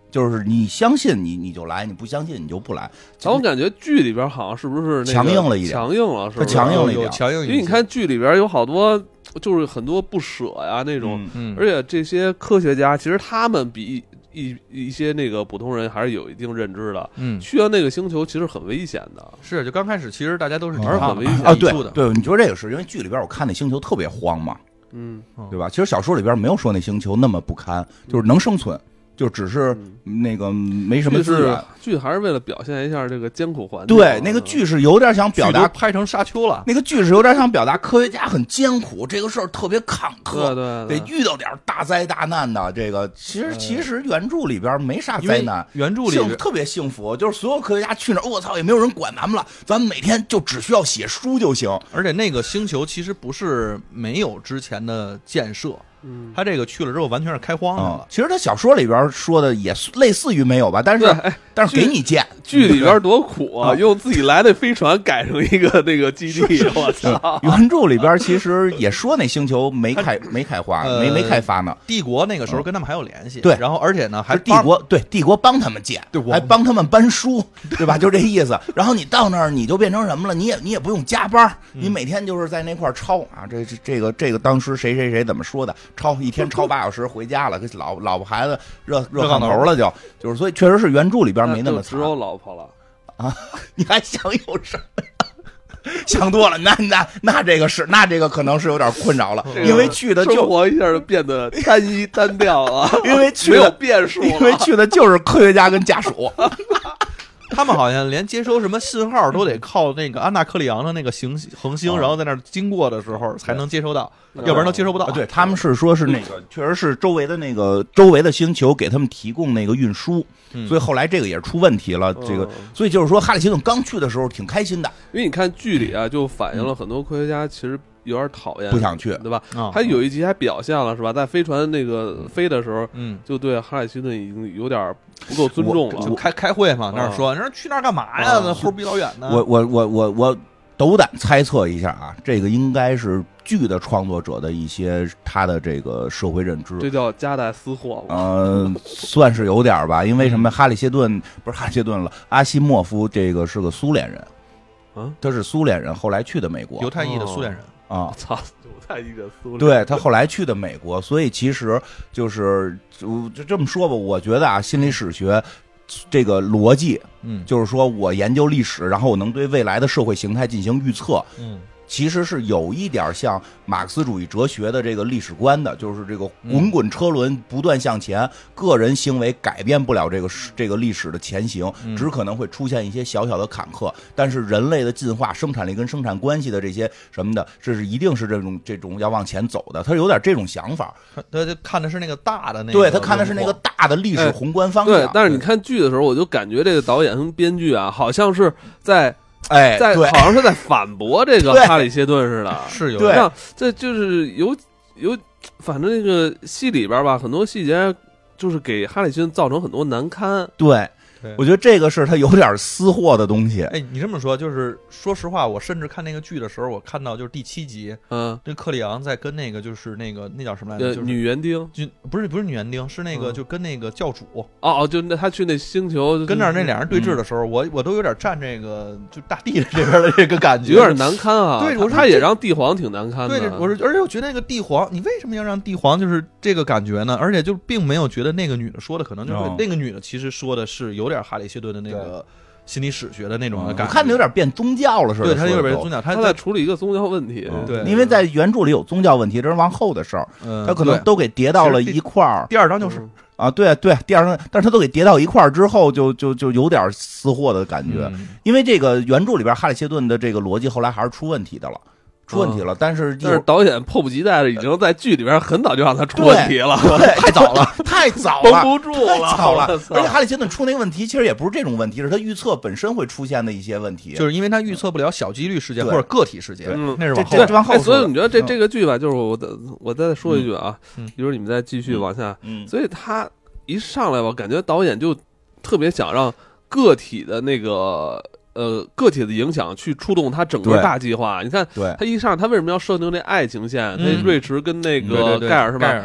就是你相信你你就来，你不相信你就不来。 但我感觉剧里边好像是不是那个强硬了一点， 强硬了，是不是？ 强硬了一点， 强硬一点。 因为你看剧里边有好多就是很多不舍呀那种， 嗯， 而且这些科学家其实他们比一一些那个普通人还是有一定认知的。嗯，去到那个星球其实很危险的。 是，就刚开始其实大家都是还是很危险啊。对对，你说这个是因为剧里边我看那星球特别荒嘛， 嗯， 对吧？其实小说里边没有说那星球那么不堪，就是能生存。就只是那个没什么资源， 剧还是为了表现一下这个艰苦环境。 对，那个剧是有点想表达拍成沙丘了。 那个剧是有点想表达科学家很艰苦，这个事儿特别坎坷， 对对对， 得遇到点大灾大难的。这个其实其实原著里边没啥灾难， 原著里幸特别幸福，就是所有科学家去那儿，我操，也没有人管咱们了，咱们每天就只需要写书就行。 而且那个星球其实不是没有之前的建设。 嗯， 他这个去了之后完全是开荒的了、 嗯。其实他小说里边说的也类似于没有吧，但是但是给你建。 剧里边多苦啊，用自己来的飞船改成一个那个基地，我操！ 原著里边其实也说那星球没开没开花， 呃、 没没开发呢。 帝国那个时候跟他们还有联系， 对、 嗯，然后而且呢还帝国对帝国帮他们建， 对， 还帮他们搬书，对吧？就这意思。然后你到那儿你就变成什么了？你也你也不用加班，你每天就是在那块抄啊，这这这个这个当时谁谁谁怎么说的？抄一天抄八小时回家了，老老婆孩子热热炕头了就，就是所以确实是原著里边没那么惨，只有老婆了啊！你还想有什么呀？想多了，那那那这个是那这个可能是有点困扰了，因为去的就生活一下就变得单一单调了， 因为去没有变数， 因为去的就是科学家跟家属。 他们好像连接收什么信号都得靠那个安纳克里昂的那个行恒星， 哦、 然后在那儿经过的时候才能接收到， 嗯、 要不然都接收不到。 啊、对，他们是说是那个，确实是周围的那个周围的星球给他们提供那个运输， 嗯、 所以后来这个也是出问题了。 嗯、 这个，所以就是说，哈里奇顿刚去的时候挺开心的， 因为你看剧里啊，就反映了很多科学家其实有点讨厌， 不想去， 对吧？ 哦、 他有一集还表现了，是吧？在飞船那个飞的时候， 嗯， 就对哈里奇顿已经有点不够尊重了。 就开开会嘛，那儿说，你说去那儿干嘛呀？那齁逼老远的。 我我我我我斗胆猜测一下啊，这个应该是剧的创作者的一些他的这个社会认知， 这叫夹带私货吗？呃，算是有点吧，因为什么？哈里谢顿不是哈里谢顿了，阿西莫夫这个是个苏联人， 嗯， 他是苏联人，后来去的美国， 犹太裔的苏联人。 啊， 操！犹太裔的苏联， 对他后来去的美国，所以其实就是就就这么说吧，我觉得啊，心理史学这个逻辑， 嗯， 就是说我研究历史，然后我能对未来的社会形态进行预测， 嗯。 其实是有一点像马克思主义哲学的这个历史观的，就是这个滚滚车轮不断向前，嗯、个人行为改变不了这个这个历史的前行， 嗯、 只可能会出现一些小小的坎坷。但是人类的进化、生产力跟生产关系的这些什么的，这是一定是这种这种要往前走的。他有点这种想法， 他他看的是那个大的那个， 对他看的是那个大的历史宏观方向。 哎、对，但是你看剧的时候，我就感觉这个导演跟编剧啊，好像是在。 哎， 在好像是在反驳这个哈里谢顿似的， 是有像这就是有有，反正那个戏里边吧，很多细节就是给哈里谢顿造成很多难堪。 对，我觉得这个是他有点私货的东西。 哎，你这么说，就是说实话，我甚至看那个剧的时候，我看到就是第七集， 嗯， 这克里昂在跟那个就是那个那叫什么来着？就是女园丁， 就不是不是女园丁，是那个、嗯、就跟那个教主哦哦，就那他去那星球跟那儿那俩人对峙的时候，嗯、我我都有点站这个就大帝这边的这个感觉， 有点难堪啊。 对，我说他也让帝皇挺难堪的。 对，我说，而且我觉得那个帝皇，你为什么要让帝皇就是这个感觉呢？而且就并没有觉得那个女的说的可能就是、哦、那个女的其实说的是有点哈里谢顿的那个心理史学的那种的感觉， 我看的有点变宗教了似的。 对，他有点变宗教，他在处理一个宗教问题。 嗯、 对， 因为在原著里有宗教问题，这是往后的事儿， 嗯、 他可能都给叠到了一块儿。 第二章就是、 嗯、啊，对对，第二章，但是他都给叠到一块儿之后就，就就就有点私货的感觉。 嗯、 因为这个原著里边哈里谢顿的这个逻辑后来还是出问题的了。出问题了， 嗯、 但是但是导演迫不及待的已经在剧里边很早就让他出问题了， 太早了，太早了， 绷不住了， 太早了。而且哈里谢顿出那个问题，其实也不是这种问题，是他预测本身会出现的一些问题， 就是因为他预测不了小几率事件或者个体事件， 嗯、 那是往后这往后、哎。 所以你觉得这这个剧吧，就是我的，我再说一句啊， 嗯、 比如你们再继续往下， 嗯、 所以他一上来吧，感觉导演就特别想让个体的那个。呃，个体的影响去触动他整个大计划。你看， 对他一上，他为什么要设定这爱情线？那、嗯、瑞驰跟那个盖尔是吧？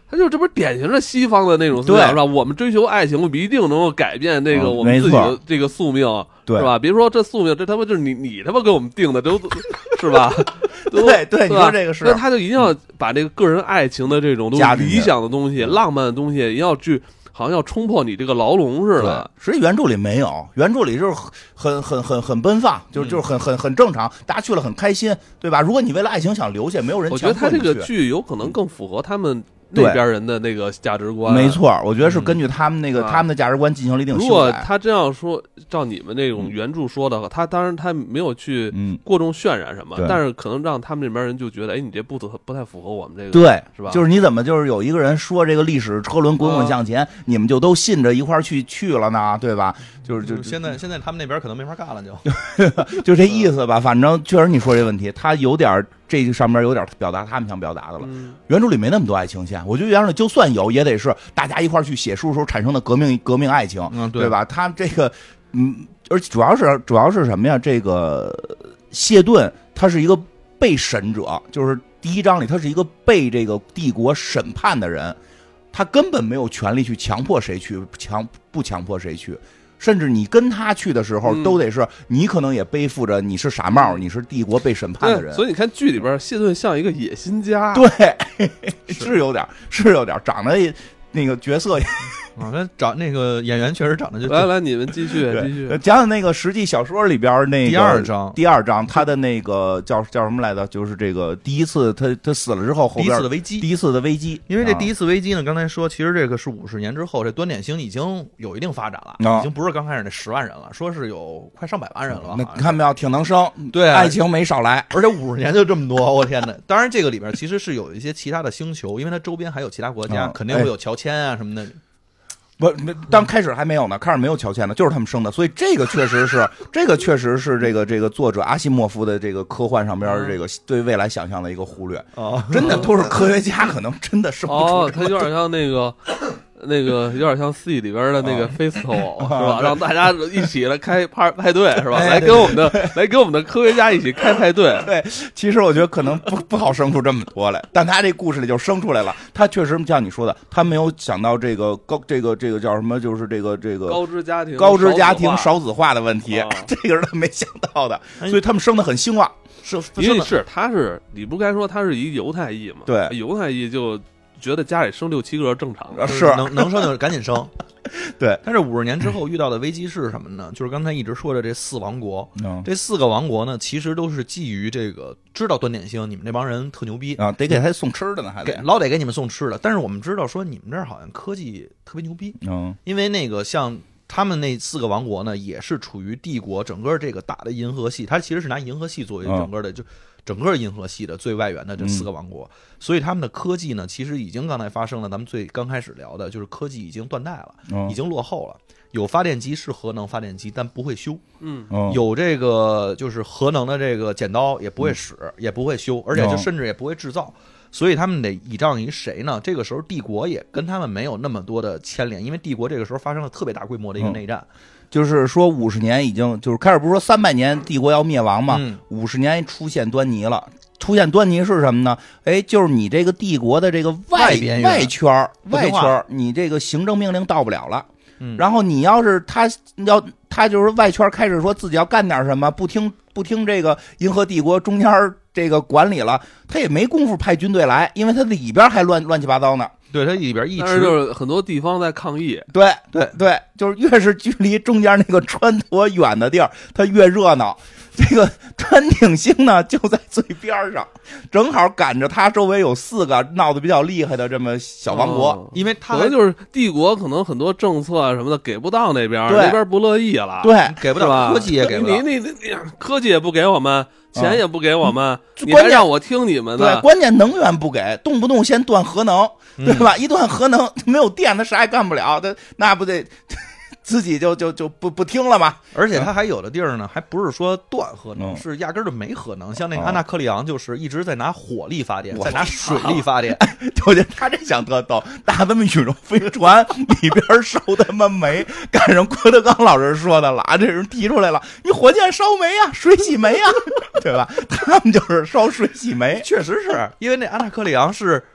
他就这不是典型的西方的那种思想是吧？我们追求爱情，我们一定能够改变那个我们自己的这个宿命， 对是吧？别说这宿命，这他妈就是你你他妈给我们定的，都是吧？ 对对，你说这个是， 那他就一定要把这个个人爱情的这种东西、理想的东西、浪漫的东西，一定要去。好像要冲破你这个牢笼似的， 实际原著里没有，原著里就是很很很很奔放，就是就是很很很正常，大家去了很开心，对吧？如果你为了爱情想留下，没有人强迫你去。 我觉得他这个剧有可能更符合他们那边人的那个价值观。 没错，我觉得是根据他们那个、嗯、他们的价值观进行了一定修改。 如果他这样说，照你们那种原著说的话，他当然他没有去过重渲染什么， 嗯、 但是可能让他们那边人就觉得，哎，你这不不太符合我们这个， 对， 是吧？ 就是你怎么就是有一个人说这个历史车轮滚滚向前，啊、你们就都信着一块儿去去了呢，对吧？就是就现在现在他们那边可能没法干了就， 就这意思吧。反正确实你说这问题，他有点这上面有点表达他们想表达的了。 嗯、 原著里没那么多爱情线，我觉得原著里就算有，也得是大家一块儿去写书时候产生的革命革命爱情， 嗯、对, 对吧？他这个嗯，而且主要是主要是什么呀？这个谢顿他是一个被审者，就是第一章里他是一个被这个帝国审判的人，他根本没有权利去强迫谁去，强不强迫谁去。甚至你跟他去的时候，都得是你可能也背负着你是傻帽，你是帝国被审判的人。 所以你看剧里边，谢顿像一个野心家， 对，是有点，是有点，长得那个角色。 啊，他长那个演员确实长得就来来，你们继续继续讲讲那个实际小说里边那个第二章， 第二章他的那个叫叫什么来着？就是这个第一次他他死了之后，后边第一次的危机， 第一次的危机。 因为这第一次危机呢，刚才说其实这个是五十年之后，这端点星已经有一定发展了， 啊、 已经不是刚开始那十万人了，说是有快上百万人了。 那看没有，挺能生， 对、啊， 爱情没少来， 而且五十年就这么多，我天哪！当然这个里边其实是有一些其他的星球，因为它周边还有其他国家， 啊、 肯定会有乔迁啊什么的。 不，当开始还没有呢，开始没有乔迁的，就是他们生的，所以这个确实是，这个确实是这个这个作者阿西莫夫的这个科幻上边这个对未来想象的一个忽略。 哦， 真的都是科学家，可能真的生不出。 哦，他有点像那个。那个有点像 C 里边的那个 Festival、哦、是吧？让大家一起来开派派对是吧？来跟我们的来跟我们的科学家一起开派对。 对，其实我觉得可能不不好生出这么多来，但他这故事里就生出来了。他确实像你说的，他没有想到这个高这个这个叫什么，就是这个这个高知家庭高知家庭少子化的问题， 哦、 这个是他没想到的，所以他们生的很兴旺。 是，因为是他是你不该说他是一犹太裔嘛？ 对， 犹太裔就。觉得家里生六七个正常的， 是能能生就赶紧生。 对， 但是五十年之后遇到的危机是什么呢？就是刚才一直说的这四王国， 嗯、 这四个王国呢，其实都是基于这个知道端点星，你们这帮人特牛逼啊，得给他送吃的呢，还得老得给你们送吃的。但是我们知道说你们这儿好像科技特别牛逼， 嗯， 因为那个像他们那四个王国呢，也是处于帝国整个这个大的银河系，它其实是拿银河系作为整个的、嗯、就。整个银河系的最外缘的这四个王国、嗯，所以他们的科技呢，其实已经刚才发生了。咱们最刚开始聊的就是科技已经断代了， 嗯、 已经落后了。有发电机是核能发电机，但不会修。 嗯， 有这个就是核能的这个剪刀也不会使，嗯、也不会修，而且就甚至也不会制造。所以他们得倚仗于谁呢？这个时候帝国也跟他们没有那么多的牵连，因为帝国这个时候发生了特别大规模的一个内战。 嗯就是说五十年已经就是开始不是说三百年帝国要灭亡嘛，五十、嗯、年出现端倪了。出现端倪是什么呢？哎，就是你这个帝国的这个外外外圈外圈，你这个行政命令到不了了。嗯、然后你要是他要他就是外圈开始说自己要干点什么，不听不听这个银河帝国中间这个管理了，他也没工夫派军队来，因为他里边还乱乱七八糟呢。 对，它里边一直就是很多地方在抗议。 对对对，就是越是距离中间那个川陀远的地儿，它越热闹。这个端鼎星呢，就在最边上，正好赶着它周围有四个闹得比较厉害的这么小王国， 哦、 因为它可能就是帝国可能很多政策啊什么的给不到那边， 对那边不乐意了， 对， 给不到，科技也给不到， 你你你科技也不给我们。钱也不给我们， 嗯、 你还让我听你们的？ 对，关键能源不给，动不动先断核能，对吧？嗯、一断核能没有电，他啥也干不了，他那不得自己就就就不不听了吗？ 而且他还有的地儿呢，还不是说断核能，嗯、是压根儿就没核能。像那个安纳克利昂，就是一直在拿火力发电，在拿水力发电。 我觉得他这想特逗，大他妈宇宙飞船里边烧他妈煤，赶上郭德纲老师说的了啊，这人提出来了，你火箭烧煤呀、啊，水洗煤呀、啊，对吧？他们就是烧水洗煤， 确实是因为那安纳克利昂是。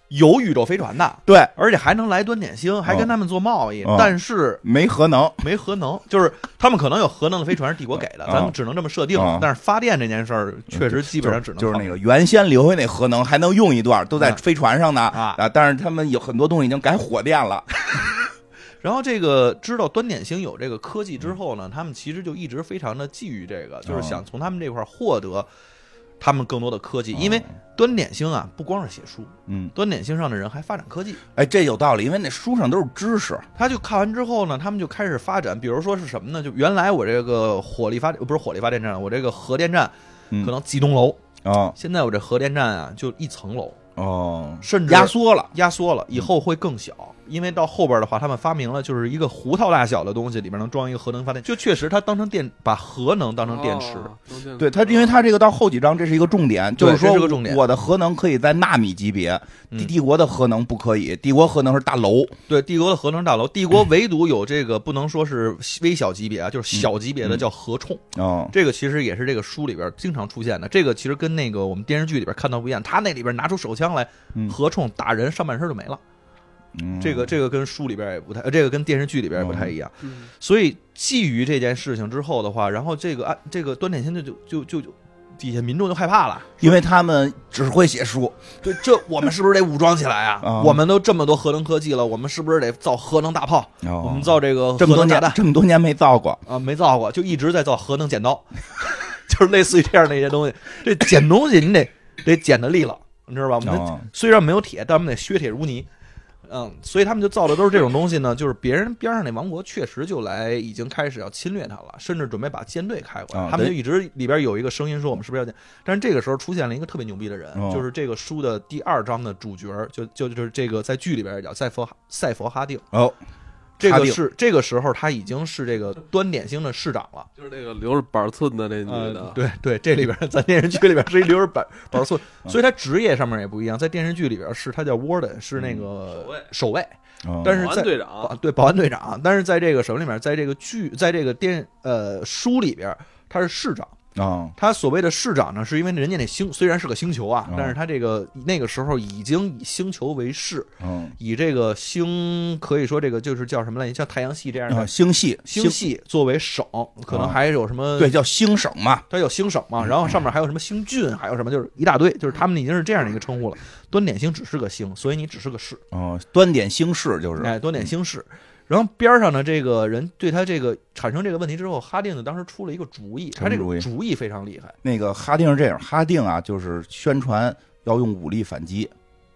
有宇宙飞船的， 对， 而且还能来端点星，还跟他们做贸易， 哦、 但是没核能， 没核能，就是他们可能有核能的飞船是帝国给的， 哦、 咱们只能这么设定。 哦、 但是发电这件事儿确实基本上只能就是那个原先留下那核能还能用一段，都在飞船上呢啊啊！但是他们有很多东西已经改火电了。 然后这个知道端点星有这个科技之后呢，他们其实就一直非常的觊觎这个，就是想从他们这块获得他们更多的科技，因为端点星啊不光是写书， 嗯， 端点星上的人还发展科技。 哎，这有道理，因为那书上都是知识。 他就看完之后呢，他们就开始发展，比如说是什么呢？就原来我这个火力发不是火力发电站，我这个核电站可能几栋楼啊、哦， 现在我这核电站啊就一层楼哦， 甚至压缩了， 压缩了，以后会更小。因为到后边的话，他们发明了就是一个胡桃大小的东西，里面能装一个核能发电，就确实它当成电，把核能当成电池。 哦、 对它，因为它这个到后几章这是一个重点，就是说这是个重点， 我的核能可以在纳米级别， 嗯、 帝国的核能不可以，帝国核能是大楼。 对，帝国的核能大楼，帝国唯独有这个不能说是微小级别啊，就是小级别的叫核冲。 哦、 嗯，这个其实也是这个书里边经常出现的。这个其实跟那个我们电视剧里边看到不一样，他那里边拿出手枪来，核冲打人上半身就没了。 嗯， 这个这个跟书里边也不太，这个跟电视剧里边也不太一样。 嗯、 所以基于这件事情之后的话，然后这个啊这个端点星就就就就就底下民众就害怕了， 因为他们只会写书。 对，这我们是不是得武装起来啊？ 啊我们都这么多核能科技了，我们是不是得造核能大炮？ 哦、 我们造这个这么多年这么多年没造过啊，没造过，就一直在造核能剪刀，就是类似于这样的一些东西。这剪东西你得得剪的利落，你知道吧？我们、 哦、 虽然没有铁，但我们得削铁如泥。嗯，所以他们就造的都是这种东西呢，就是别人边上那王国确实就来，已经开始要侵略他了，甚至准备把舰队开过来。 啊、 他们就一直里边有一个声音说我们是不是要建？但是这个时候出现了一个特别牛逼的人， 哦、 就是这个书的第二章的主角，就就就是这个在剧里边叫赛佛赛佛哈定。 哦， 这个是这个时候他已经是这个端点星的市长了， 就是那个留着板寸的那女的。 呃、对对，这里边咱电视剧里边是一留着板板寸，所以他职业上面也不一样。在电视剧里边是他叫 Warden， 是那个守卫。 守卫哦、 但是在保安队长， 对保安队长，但是在这个什么里面，在这个剧，在这个电呃书里边，他是市长啊。哦、 他所谓的市长呢，是因为人家那星虽然是个星球啊， 哦、 但是他这个那个时候已经以星球为市， 哦、 以这个星可以说这个就是叫什么来，像太阳系这样的、 哦、星系星系作为省，可能还有什么、 哦、对叫星省嘛， 它有星省嘛，然后上面还有什么星郡，还有什么就是一大堆，就是他们已经是这样的一个称呼了。端点星只是个星，所以你只是个市。 哦，端点星市就是哎，端点星市。然后边上的这个人对他这个产生这个问题之后，哈定呢当时出了一个主意，他这个主意非常厉害。 那个哈定是这样，哈定啊就是宣传要用武力反击，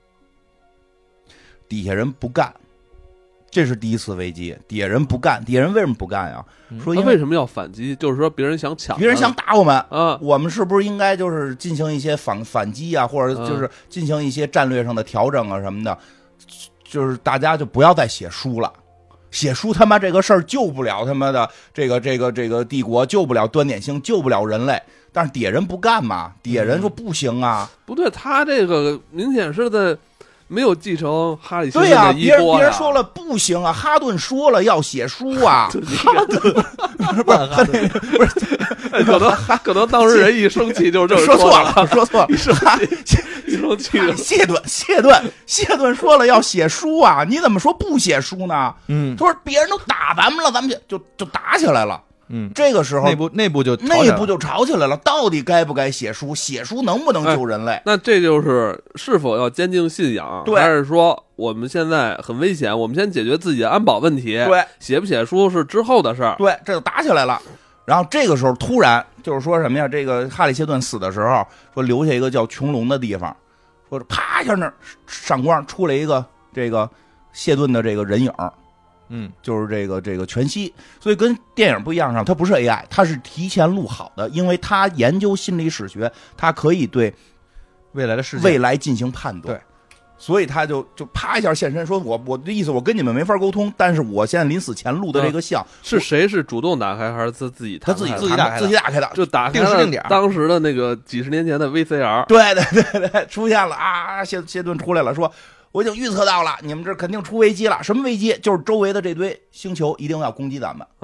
底下人不干，这是第一次危机，底下人不干，底下人为什么不干呀？说因为为什么要反击？就是说别人想抢， 别人想打我们啊， 我们是不是应该就是进行一些反反击啊，或者就是进行一些战略上的调整啊什么的？就是大家就不要再写书了。写书他妈这个事儿救不了他妈的这个这个这个帝国，救不了端点星，救不了人类。但是底下人不干嘛？底下人说不行啊， 嗯、不对，他这个明显是在没有继承哈里逊对呀，别人别人说了不行啊，哈顿说了要写书啊，哈顿不是哈顿不是， 可能可能当时人一生气就是这么说错了， 说错了， 一生气一生气了。 谢顿谢顿谢顿说了要写书啊，你怎么说不写书呢？ 嗯， 他说别人都打咱们了，咱们就就就打起来了。 嗯， 这个时候内部内部就内部就吵起来了，到底该不该写书？写书能不能救人类？ 哎、那这就是是否要坚定信仰， 对， 还是说我们现在很危险，我们先解决自己的安保问题？ 对， 写不写书是之后的事儿。 对，这就打起来了。然后这个时候突然就是说什么呀？这个哈里谢顿死的时候，说留下一个叫穹隆的地方，说啪一下那儿闪光出来一个这个谢顿的这个人影。 嗯， 就是这个这个全息，所以跟电影不一样上，它不是 A I， 它是提前录好的，因为它研究心理史学，它可以对未来的世界未来进行判断。 对， 所以他就就啪一下现身，说我我的意思我跟你们没法沟通，但是我现在临死前录的这个像、 嗯、是谁是主动打开还是他自己他自己自己打开自己打开的， 就打开定时定点当时的那个几十年前的 V C R。 对对对对，出现了啊，谢谢顿出来了，说。我已经预测到了，你们这肯定出危机了。什么危机？就是周围的这堆星球一定要攻击咱们。 嗯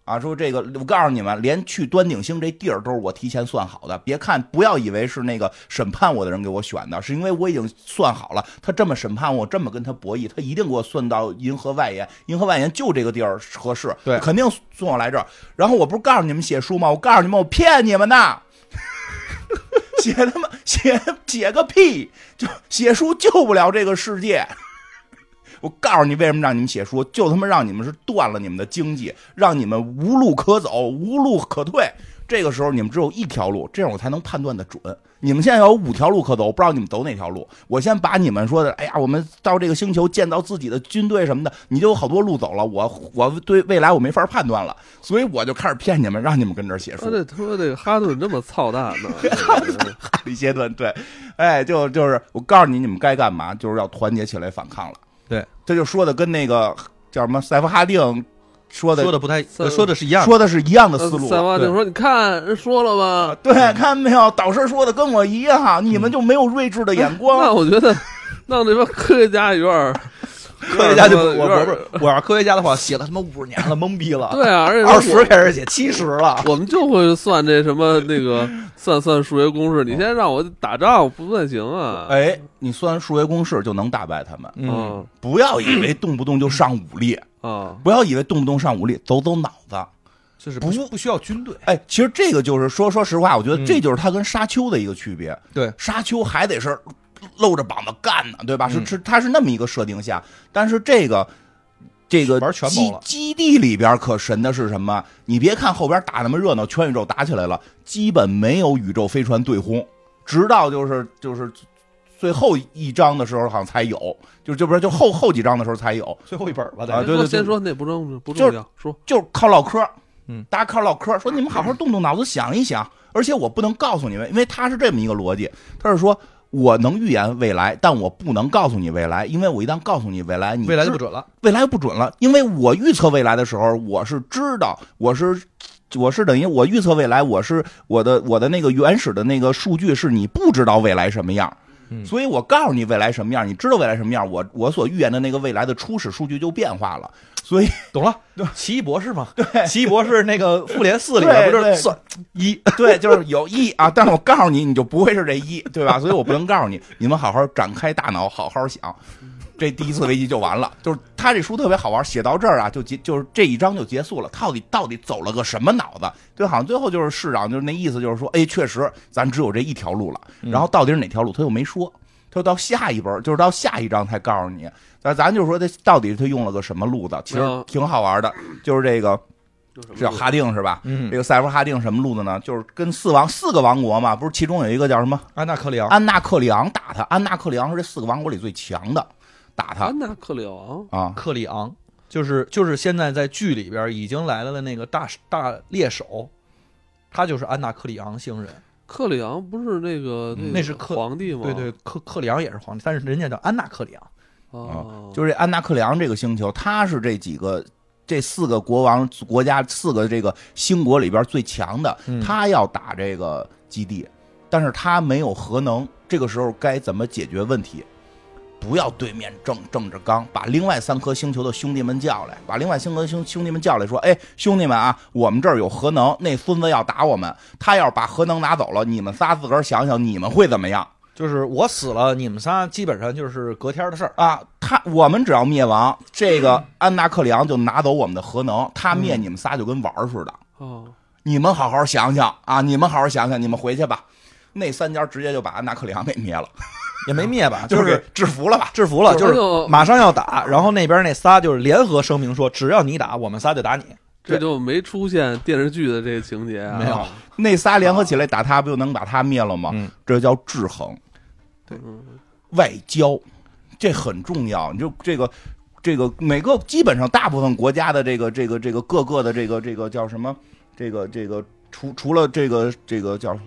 啊，说这个我告诉你们，连去端鼎星这地儿都是我提前算好的。别看，不要以为是那个审判我的人给我选的，是因为我已经算好了，他这么审判我，这么跟他博弈，他一定给我算到银河外沿，银河外沿就这个地儿合适， 对， 肯定送我来这儿。然后我不是告诉你们写书吗？我告诉你们，我骗你们的。写他妈写写个屁！就写书救不了这个世界。我告诉你，为什么让你们写书，就他妈让你们是断了你们的经济，让你们无路可走，无路可退。这个时候你们只有一条路，这样我才能判断的准。你们现在有五条路可走，我不知道你们走哪条路。我先把你们说的，哎呀，我们到这个星球建造自己的军队什么的，你就有好多路走了。我我对未来我没法判断了，所以我就开始骗你们，让你们跟这儿写书。 他这说这个哈顿这么操蛋呢？ 哈里谢顿对，哎，就就是我告诉你，你们该干嘛，就是要团结起来反抗了。 对， 这就说的跟那个叫什么塞夫哈定说的说的不太说的是一样的， 说的是一样的思路。 塞夫哈定说：“你看人说了吧？ 对，看没有，导师说的跟我一样，你们就没有睿智的眼光。” 那我觉得，那这帮科学家有点。 科学家就我我不是我要是科学家的话，写了他妈五十年了，懵逼了。 对啊，而且二十开始写七十了。 我们就会算这什么那个算算数学公式。你现在让我打仗不算行啊！ 哎，你算数学公式就能打败他们。 嗯， 不要以为动不动就上武力啊！ 不要以为动不动上武力，走走脑子， 就是不不需要军队。 哎，其实这个就是说说实话，我觉得这就是他跟沙丘的一个区别。 嗯、对， 沙丘还得是露着膀子干呢，对吧？是是，它是那么一个设定下，但是这个这个基基地里边可神的是什么？你别看后边打那么热闹，全宇宙打起来了，基本没有宇宙飞船对轰，直到就是就是最后一章的时候好像才有，就就不是就后后几章的时候才有最后一本吧？ 啊，对对， 先说那不重不重要，说就是靠唠嗑， 嗯， 大家靠唠嗑，说你们好好动动脑子想一想，而且我不能告诉你们，因为他是这么一个逻辑，他是说。我能预言未来，但我不能告诉你未来，因为我一旦告诉你未来，你未来就不准了。 未来就不准了，因为我预测未来的时候，我是知道，我是我是等于我预测未来，我是我的我的那个原始的那个数据是你不知道未来什么样， 嗯、 所以我告诉你未来什么样，你知道未来什么样，我我所预言的那个未来的初始数据就变化了。所以懂了，奇异博士嘛，对，奇异博士那个复联四里边不是算一， 对，就是有一啊，但是我告诉你，你就不会是这一，对吧？所以我不能告诉你，你们好好展开大脑，好好想，这第一次危机就完了。就是他这书特别好玩，写到这儿啊，就结就是这一章就结束了。到底到底走了个什么脑子？对，好像最后就是市长就是那意思，就是说，哎，确实咱只有这一条路了。然后到底是哪条路，他又没说。他到下一本，就是到下一章才告诉你。咱咱就说他到底他用了个什么路子，其实挺好玩的。就是这个是叫哈定是吧？ 嗯， 这个塞夫哈定什么路子呢？就是跟四王四个王国嘛，不是其中有一个叫什么安纳克里昂， 安纳克里昂打他。安纳克里昂是这四个王国里最强的，打他。 安纳克里昂啊， 克里昂就是就是现在在剧里边已经来了的那个大大猎手，他就是安纳克里昂星人。 克里昂不是那个、 嗯、那是克皇帝吗？ 对对，克克里昂也是皇帝，但是人家叫安纳克里昂。 哦， 就是这安纳克里昂这个星球，他是这几个这四个国王国家四个这个星国里边最强的， 嗯、 他要打这个基地，但是他没有核能，这个时候该怎么解决问题？不要对面正正着刚，把另外三颗星球的兄弟们叫来，把另外三颗兄兄弟们叫来说，哎，兄弟们啊，我们这儿有核能，那孙子要打我们，他要是把核能拿走了，你们仨自个儿想想，你们会怎么样？ 就是我死了，你们仨基本上就是隔天的事儿啊。他我们只要灭亡，这个安纳克里昂就拿走我们的核能，他灭你们仨就跟玩似的。 哦， 你们好好想想啊，你们好好想想，你们回去吧。那三家直接就把安纳克里昂给灭了。 也没灭吧， 就是制服了吧， 制服了，就是马上要打，然后那边那仨就是联合声明说，只要你打，我们仨就打你。 这就没出现电视剧的这个情节啊， 没有。 那仨联合起来打他，不就能把他灭了吗？ 嗯， 这叫制衡， 对， 外交，这很重要。你就这个这个每个基本上大部分国家的这个这个这个各个的这个这个叫什么？这个这个除除了这个这个叫。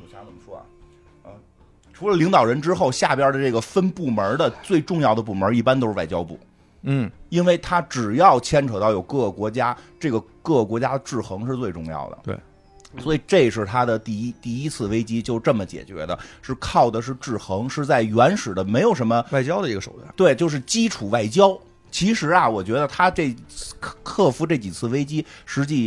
除了领导人之后，下边的这个分部门的最重要的部门一般都是外交部， 嗯， 因为它只要牵扯到有各个国家，这个各个国家的制衡是最重要的。 对， 所以这是他的第一第一次危机就这么解决的，是靠的是制衡，是在原始的没有什么外交的一个手段。 对，就是基础外交。其实啊，我觉得他这克克服这几次危机，实际也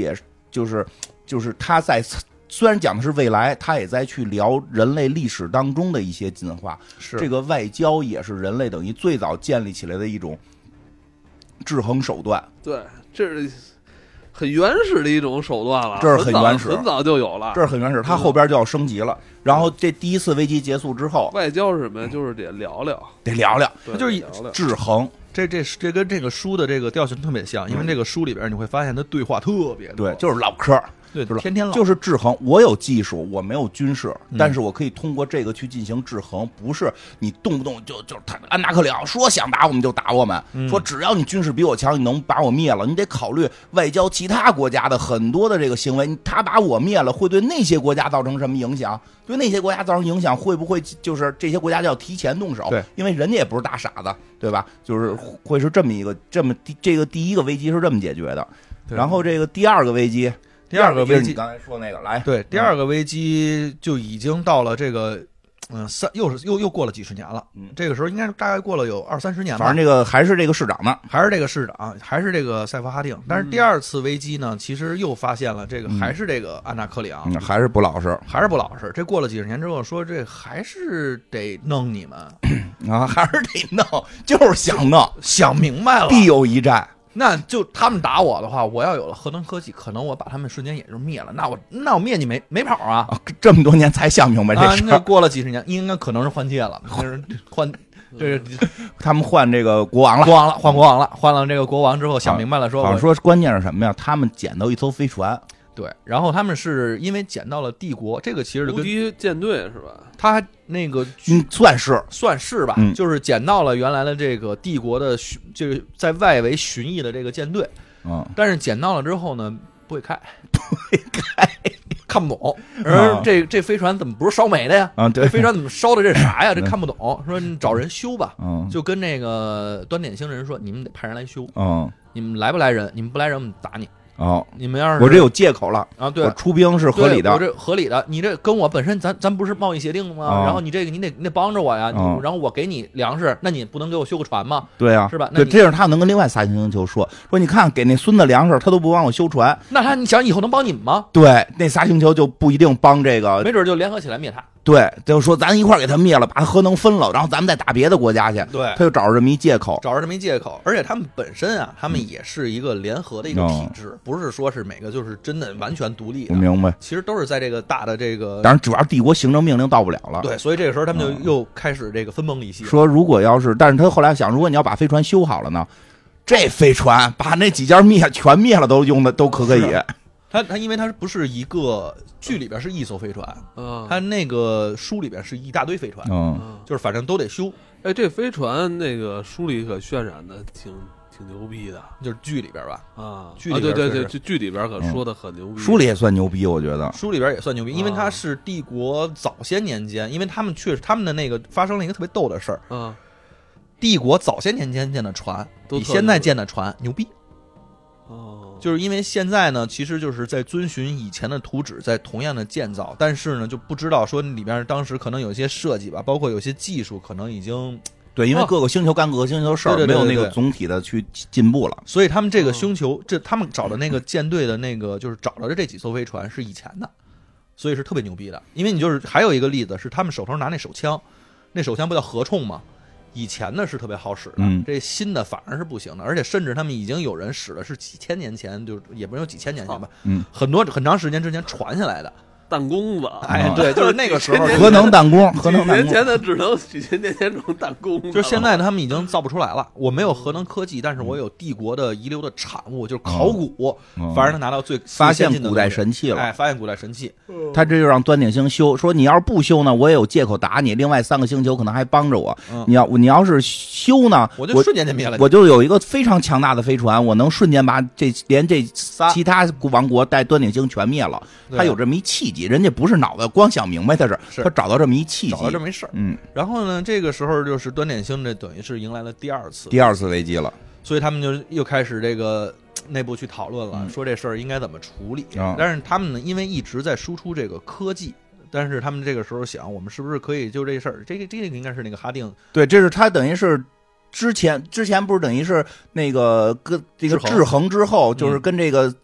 就是就是他在虽然讲的是未来，他也在去聊人类历史当中的一些进化。 是这个外交也是人类等于最早建立起来的一种制衡手段。 对，这是很原始的一种手段了， 这是很原始， 很早就有了， 这是很原始。它后边就要升级了。然后这第一次危机结束之后， 外交是什么呀？就是得聊聊， 得聊聊， 就是聊聊制衡。 这这这跟这个书的这个调性特别像，因为这个书里边你会发现它对话特别多， 对，就是唠嗑。 对，就是天天唠， 就是制衡。我有技术，我没有军事，但是我可以通过这个去进行制衡。不是你动不动就就他安纳克里奥说想打我们就打我们， 嗯、 说只要你军事比我强，你能把我灭了。你得考虑外交其他国家的很多的这个行为，他把我灭了，会对那些国家造成什么影响？对那些国家造成影响，会不会就是这些国家就要提前动手？ 对， 因为人家也不是大傻子，对吧？就是会是这么一个这么这个第一个危机是这么解决的。然后这个第二个危机。 第二个危机， 你刚才说那个来， 对，第二个危机就已经到了这个，嗯，三又是又又过了几十年了，嗯，这个时候应该大概过了有二三十年吧。 反正这个还是这个市长呢， 还是这个市长，还是这个塞弗哈定。但是第二次危机呢，其实又发现了这个还是这个安纳克里昂， 嗯，还是不老实， 还是不老实。这过了几十年之后，说这还是得弄你们啊，还是得弄，就是想弄， 想明白了， 必有一战。 那就他们打我的话，我要有了核能科技，可能我把他们瞬间也就灭了。那我那我灭你没没跑啊！ 啊这么多年才想明白这事、 啊。那过了几十年，应该可能是换届了，就是换，这是他们换这个国王了， 国王了，换国王了，换了这个国王之后，想明白了说， 好像说关键是什么呀？他们捡到一艘飞船。 对，然后他们是因为捡到了帝国，这个其实无敌舰队是吧？ 他那个嗯，算是算是吧、 嗯， 就是捡到了原来的这个帝国的巡，就是在外围巡弋的这个舰队。 嗯， 但是捡到了之后呢，不会开， 不会开， 看不懂。而这这飞船怎么不是烧煤的呀？ 啊，对， 这飞船怎么烧的这啥呀？这看不懂。说你找人修吧， 嗯， 就跟那个端点星人说，你们得派人来修。 嗯， 你们来不来人？你们不来人，我们打你。 哦， 你们要是我这有借口了啊，对， 我出兵是合理的， 我这合理的。你这跟我本身咱咱不是贸易协定吗？ 哦、 然后你这个你得你得帮着我呀， 哦、 然后我给你粮食，那你不能给我修个船吗？ 对啊， 是吧？ 对，这是他能跟另外仨星球说说，你看给那孙子粮食，他都不帮我修船， 那他你想以后能帮你们吗？ 对，那仨星球就不一定帮这个， 没准就联合起来灭他。 对，就是说咱一块儿给他灭了，把他核能分了，然后咱们再打别的国家去。 对， 他就找着这么一借口， 找着这么一借口。而且他们本身啊，他们也是一个联合的一个体制， 嗯、 不是说是每个就是真的完全独立的。 我明白， 其实都是在这个大的这个。 当然，主要帝国行政命令到不了了。 对，所以这个时候他们就又开始这个分崩离析。 说如果要是，但是他后来想，如果你要把飞船修好了呢，这飞船把那几家灭全灭了都用的都可可以。 它它因为它不是一个剧里边是一艘飞船， 嗯， 它那个书里边是一大堆飞船， 嗯， 就是反正都得修。 哎，这飞船那个书里可渲染的挺挺牛逼的， 就是剧里边吧， 啊， 剧里边、 啊、对对对，剧里边可说的很牛逼、 嗯，书里也算牛逼，我觉得书里边也算牛逼，因为它是帝国早些年间，因为他们确实他们的那个发生了一个特别逗的事儿， 嗯， 帝国早些年间建的船比现在建的船牛逼。 哦， 就是因为现在呢，其实就是在遵循以前的图纸，在同样的建造，但是呢，就不知道说里边当时可能有一些设计吧，包括有些技术可能已经对，因为各个星球干各个星球的事儿，没有那个总体的去进步了。 所以他们这个星球，这他们找的那个舰队的那个，就是找到的这几艘飞船是以前的，所以是特别牛逼的。因为你就是还有一个例子是他们手头拿那手枪，那手枪不叫合冲吗？以前的是特别好使的， 嗯、 这新的反而是不行的，而且甚至他们已经有人使的是几千年前，就也不是有几千年前吧， 嗯， 很多很长时间之前传下来的弹弓子， 哎，对，就是那个时候核能弹弓，核能弹弓， 几年前的只能几千年前这种弹弓， 就是现在他们已经造不出来了。我没有核能科技，但是我有帝国的遗留的产物，就是考古， 嗯、 反而能拿到最发现古代神器了， 哎，发现古代神器。 他这就让端点星修，说你要是不修呢，我也有借口打你。另外三个星球可能还帮着我。 嗯、 你要你要是修呢， 我就瞬间就灭了你。 我就有一个非常强大的飞船，我能瞬间把这连这其他王国带端点星全灭了。他有这么一契机，人家不是脑子光想明白的事， 是他找到这么一契机， 找到这么一事儿。 嗯， 然后呢，这个时候就是端点星这等于是迎来了第二次第二次危机了， 所以他们就又开始这个内部去讨论了， 嗯、 说这事儿应该怎么处理。 嗯、 但是他们呢，因为一直在输出这个科技。但是他们这个时候想，我们是不是可以就这事儿？这个这个应该是那个哈定， 对，这是他等于是之前之前不是等于是那个跟这个制衡之后，就是跟这个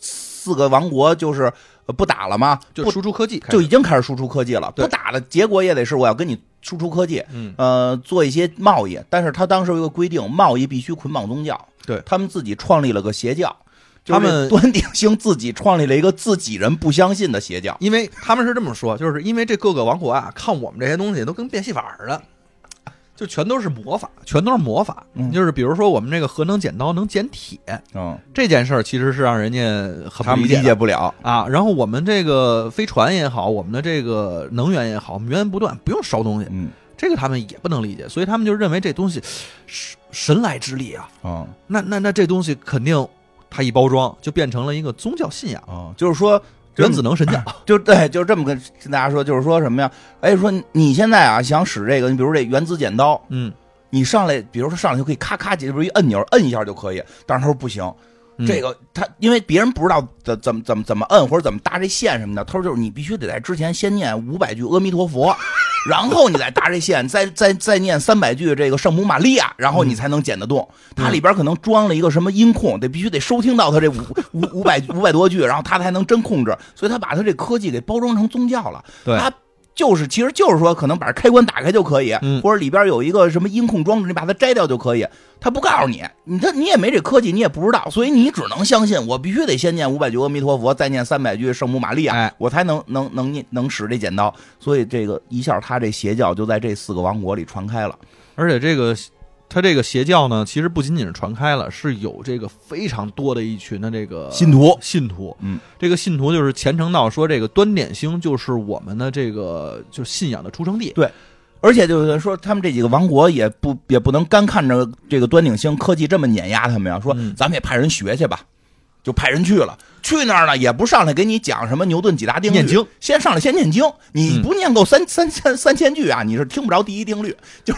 四个王国就是不打了吗？ 就输出科技， 就已经开始输出科技了。不打的结果也得是我要跟你输出科技， 嗯， 呃，做一些贸易。但是他当时有一个规定，贸易必须捆绑宗教。 对， 他们自己创立了个邪教。 他们端鼎星自己创立了一个自己人不相信的邪教， 因为他们是这么说，就是因为这各个王国啊，看我们这些东西都跟变戏法似的，就全都是魔法，全都是魔法。嗯、就是比如说我们这个核能剪刀能剪铁， 嗯， 这件事儿其实是让人家很不理解， 他们理解不了啊。然后我们这个飞船也好，我们的这个能源也好，我们源源不断，不用烧东西， 嗯， 这个他们也不能理解，所以他们就认为这东西是神来之力啊， 嗯， 那那那这东西肯定。它一包装就变成了一个宗教信仰啊、哦，就是说原子能神教， 就对，就这么跟跟大家说，就是说什么呀？哎，说你现在啊想使这个，你比如这原子剪刀， 嗯， 你上来，比如说上来就可以咔咔解，不是一按钮摁一下就可以，但是他说不行。这个他因为别人不知道怎怎么怎么怎么摁或者怎么搭这线什么的，他说就是你必须得在之前先念五百句阿弥陀佛，然后你再搭这线，再再再念三百句这个圣母玛利亚，然后你才能剪得动。 嗯、 它里边可能装了一个什么音控，得必须得收听到他这五五五百五百多句，然后他才能真控制。所以他把他这科技给包装成宗教了。 对。 他就是其实就是说，可能把开关打开就可以， 嗯、 或者里边有一个什么音控装置，你把它摘掉就可以。他不告诉你，你他你也没这科技，你也不知道，所以你只能相信。我必须得先念五百句阿弥陀佛，再念三百句圣母玛利亚， 哎、 我才能能能能使这剪刀。所以这个一下，他这邪教就在这四个王国里传开了。 而且这个他这个邪教呢，其实不仅仅是传开了，是有这个非常多的一群的这个信徒， 信徒， 嗯， 这个信徒就是虔诚到说，这个端点星就是我们的这个就是信仰的出生地， 对。而且就是说，他们这几个王国也不也不能干看着这个端鼎星科技这么碾压他们呀。说咱们也派人学去吧，就派人去了。去那儿呢，也不上来给你讲什么牛顿几大定律， 念经， 先上来先念经。你不念够三、嗯、三三三千句啊，你是听不着第一定律。就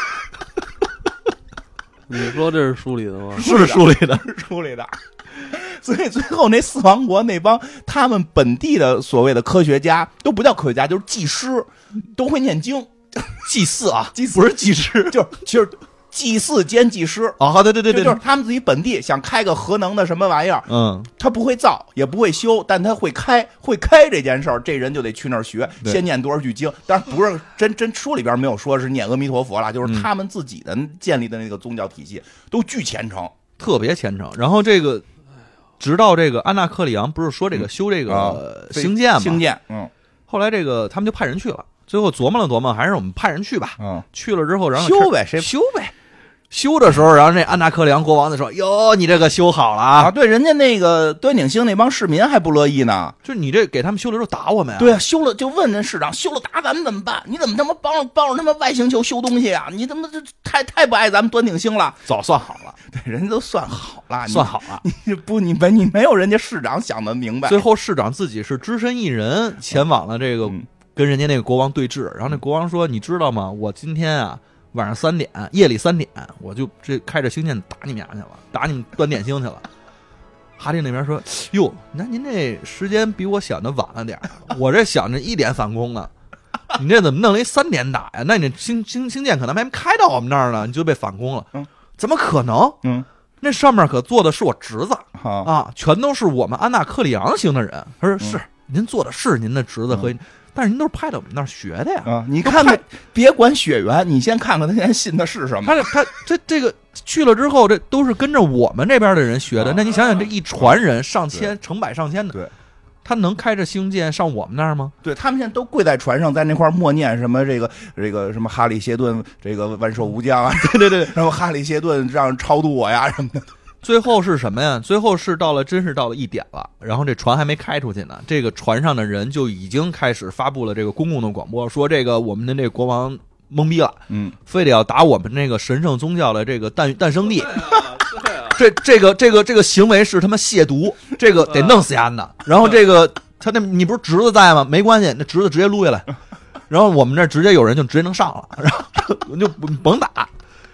你说这是书里的吗？ 是书里的， 是书里的。所以最后那四王国那帮他们本地的所谓的科学家都不叫科学家，就是技师，都会念经。 祭祀啊， 祭祀不是技师， 就是其实祭祀兼技师啊、哦，对对对对， 就是他们自己本地想开个核能的什么玩意儿， 嗯， 他不会造也不会修，但他会开，会开这件事儿，这人就得去那儿学，先念多少句经，当然不是真真书里边没有说是念阿弥陀佛了，就是他们自己的建立的那个宗教体系、嗯、都巨虔诚， 特别虔诚。然后这个直到这个安纳克里昂不是说这个修这个星舰吗？ 星舰，嗯， 后来这个他们就派人去了。最后琢磨了琢磨，还是我们派人去吧。 嗯， 去了之后，然后修呗，谁修呗？修的时候，然后那安纳克里昂国王就说：“哟，你这个修好了啊！” 啊，对，人家那个端鼎星那帮市民还不乐意呢， 就是你这给他们修了之后打我们呀、啊？ 对啊，修了就问人市长，修了打咱们怎么办？你怎么他妈帮着帮着他妈外星球修东西啊？你他妈这太太不爱咱们端鼎星了？ 早算好了， 对，人家都算好了， 算好了。 你不，你没你没有人家市长想的明白。 最后市长自己是只身一人前往了这个。嗯跟人家那个国王对峙，然后那国王说：“你知道吗？我今天啊晚上三点，夜里三点，我就这开着星舰打你们俩去了，打你们端点星去了。”哈利那边说：“哟，那您这时间比我想的晚了点，我这想着一点反攻呢，你这怎么弄了一三点打呀？那你星星星舰可能还没开到我们那儿呢，你就被反攻了。 嗯， 怎么可能？ 嗯， 那上面可坐的是我侄子啊， 啊，全都是我们安纳克里昂星的人。他说：是，您坐的是您的侄子和。嗯”但是您都是派到我们那儿学的呀！ 啊，你看看，别管血缘，你先看看他现在信的是什么。 他他这这个去了之后，这都是跟着我们这边的人学的。啊、那你想想，这一船人上千、成百上千的， 对， 他能开着星舰上我们那儿吗？ 对他们现在都跪在船上，在那块默念什么这个这个什么哈里谢顿这个万寿无疆啊， 对对对， 然后哈里谢顿让超度我呀什么的。 最后是什么呀？最后是到了，真是到了一点了，然后这船还没开出去呢，这个船上的人就已经开始发布了这个公共的广播，说这个我们的这个国王懵逼了， 嗯， 非得要打我们那个神圣宗教的这个诞诞生地， 对啊对啊、 这这个这个这个行为是他妈亵渎，这个得弄死丫的。然后这个他那你不是侄子在吗？没关系，那侄子直接撸下来，然后我们这直接有人就直接能上了，然后就甭打。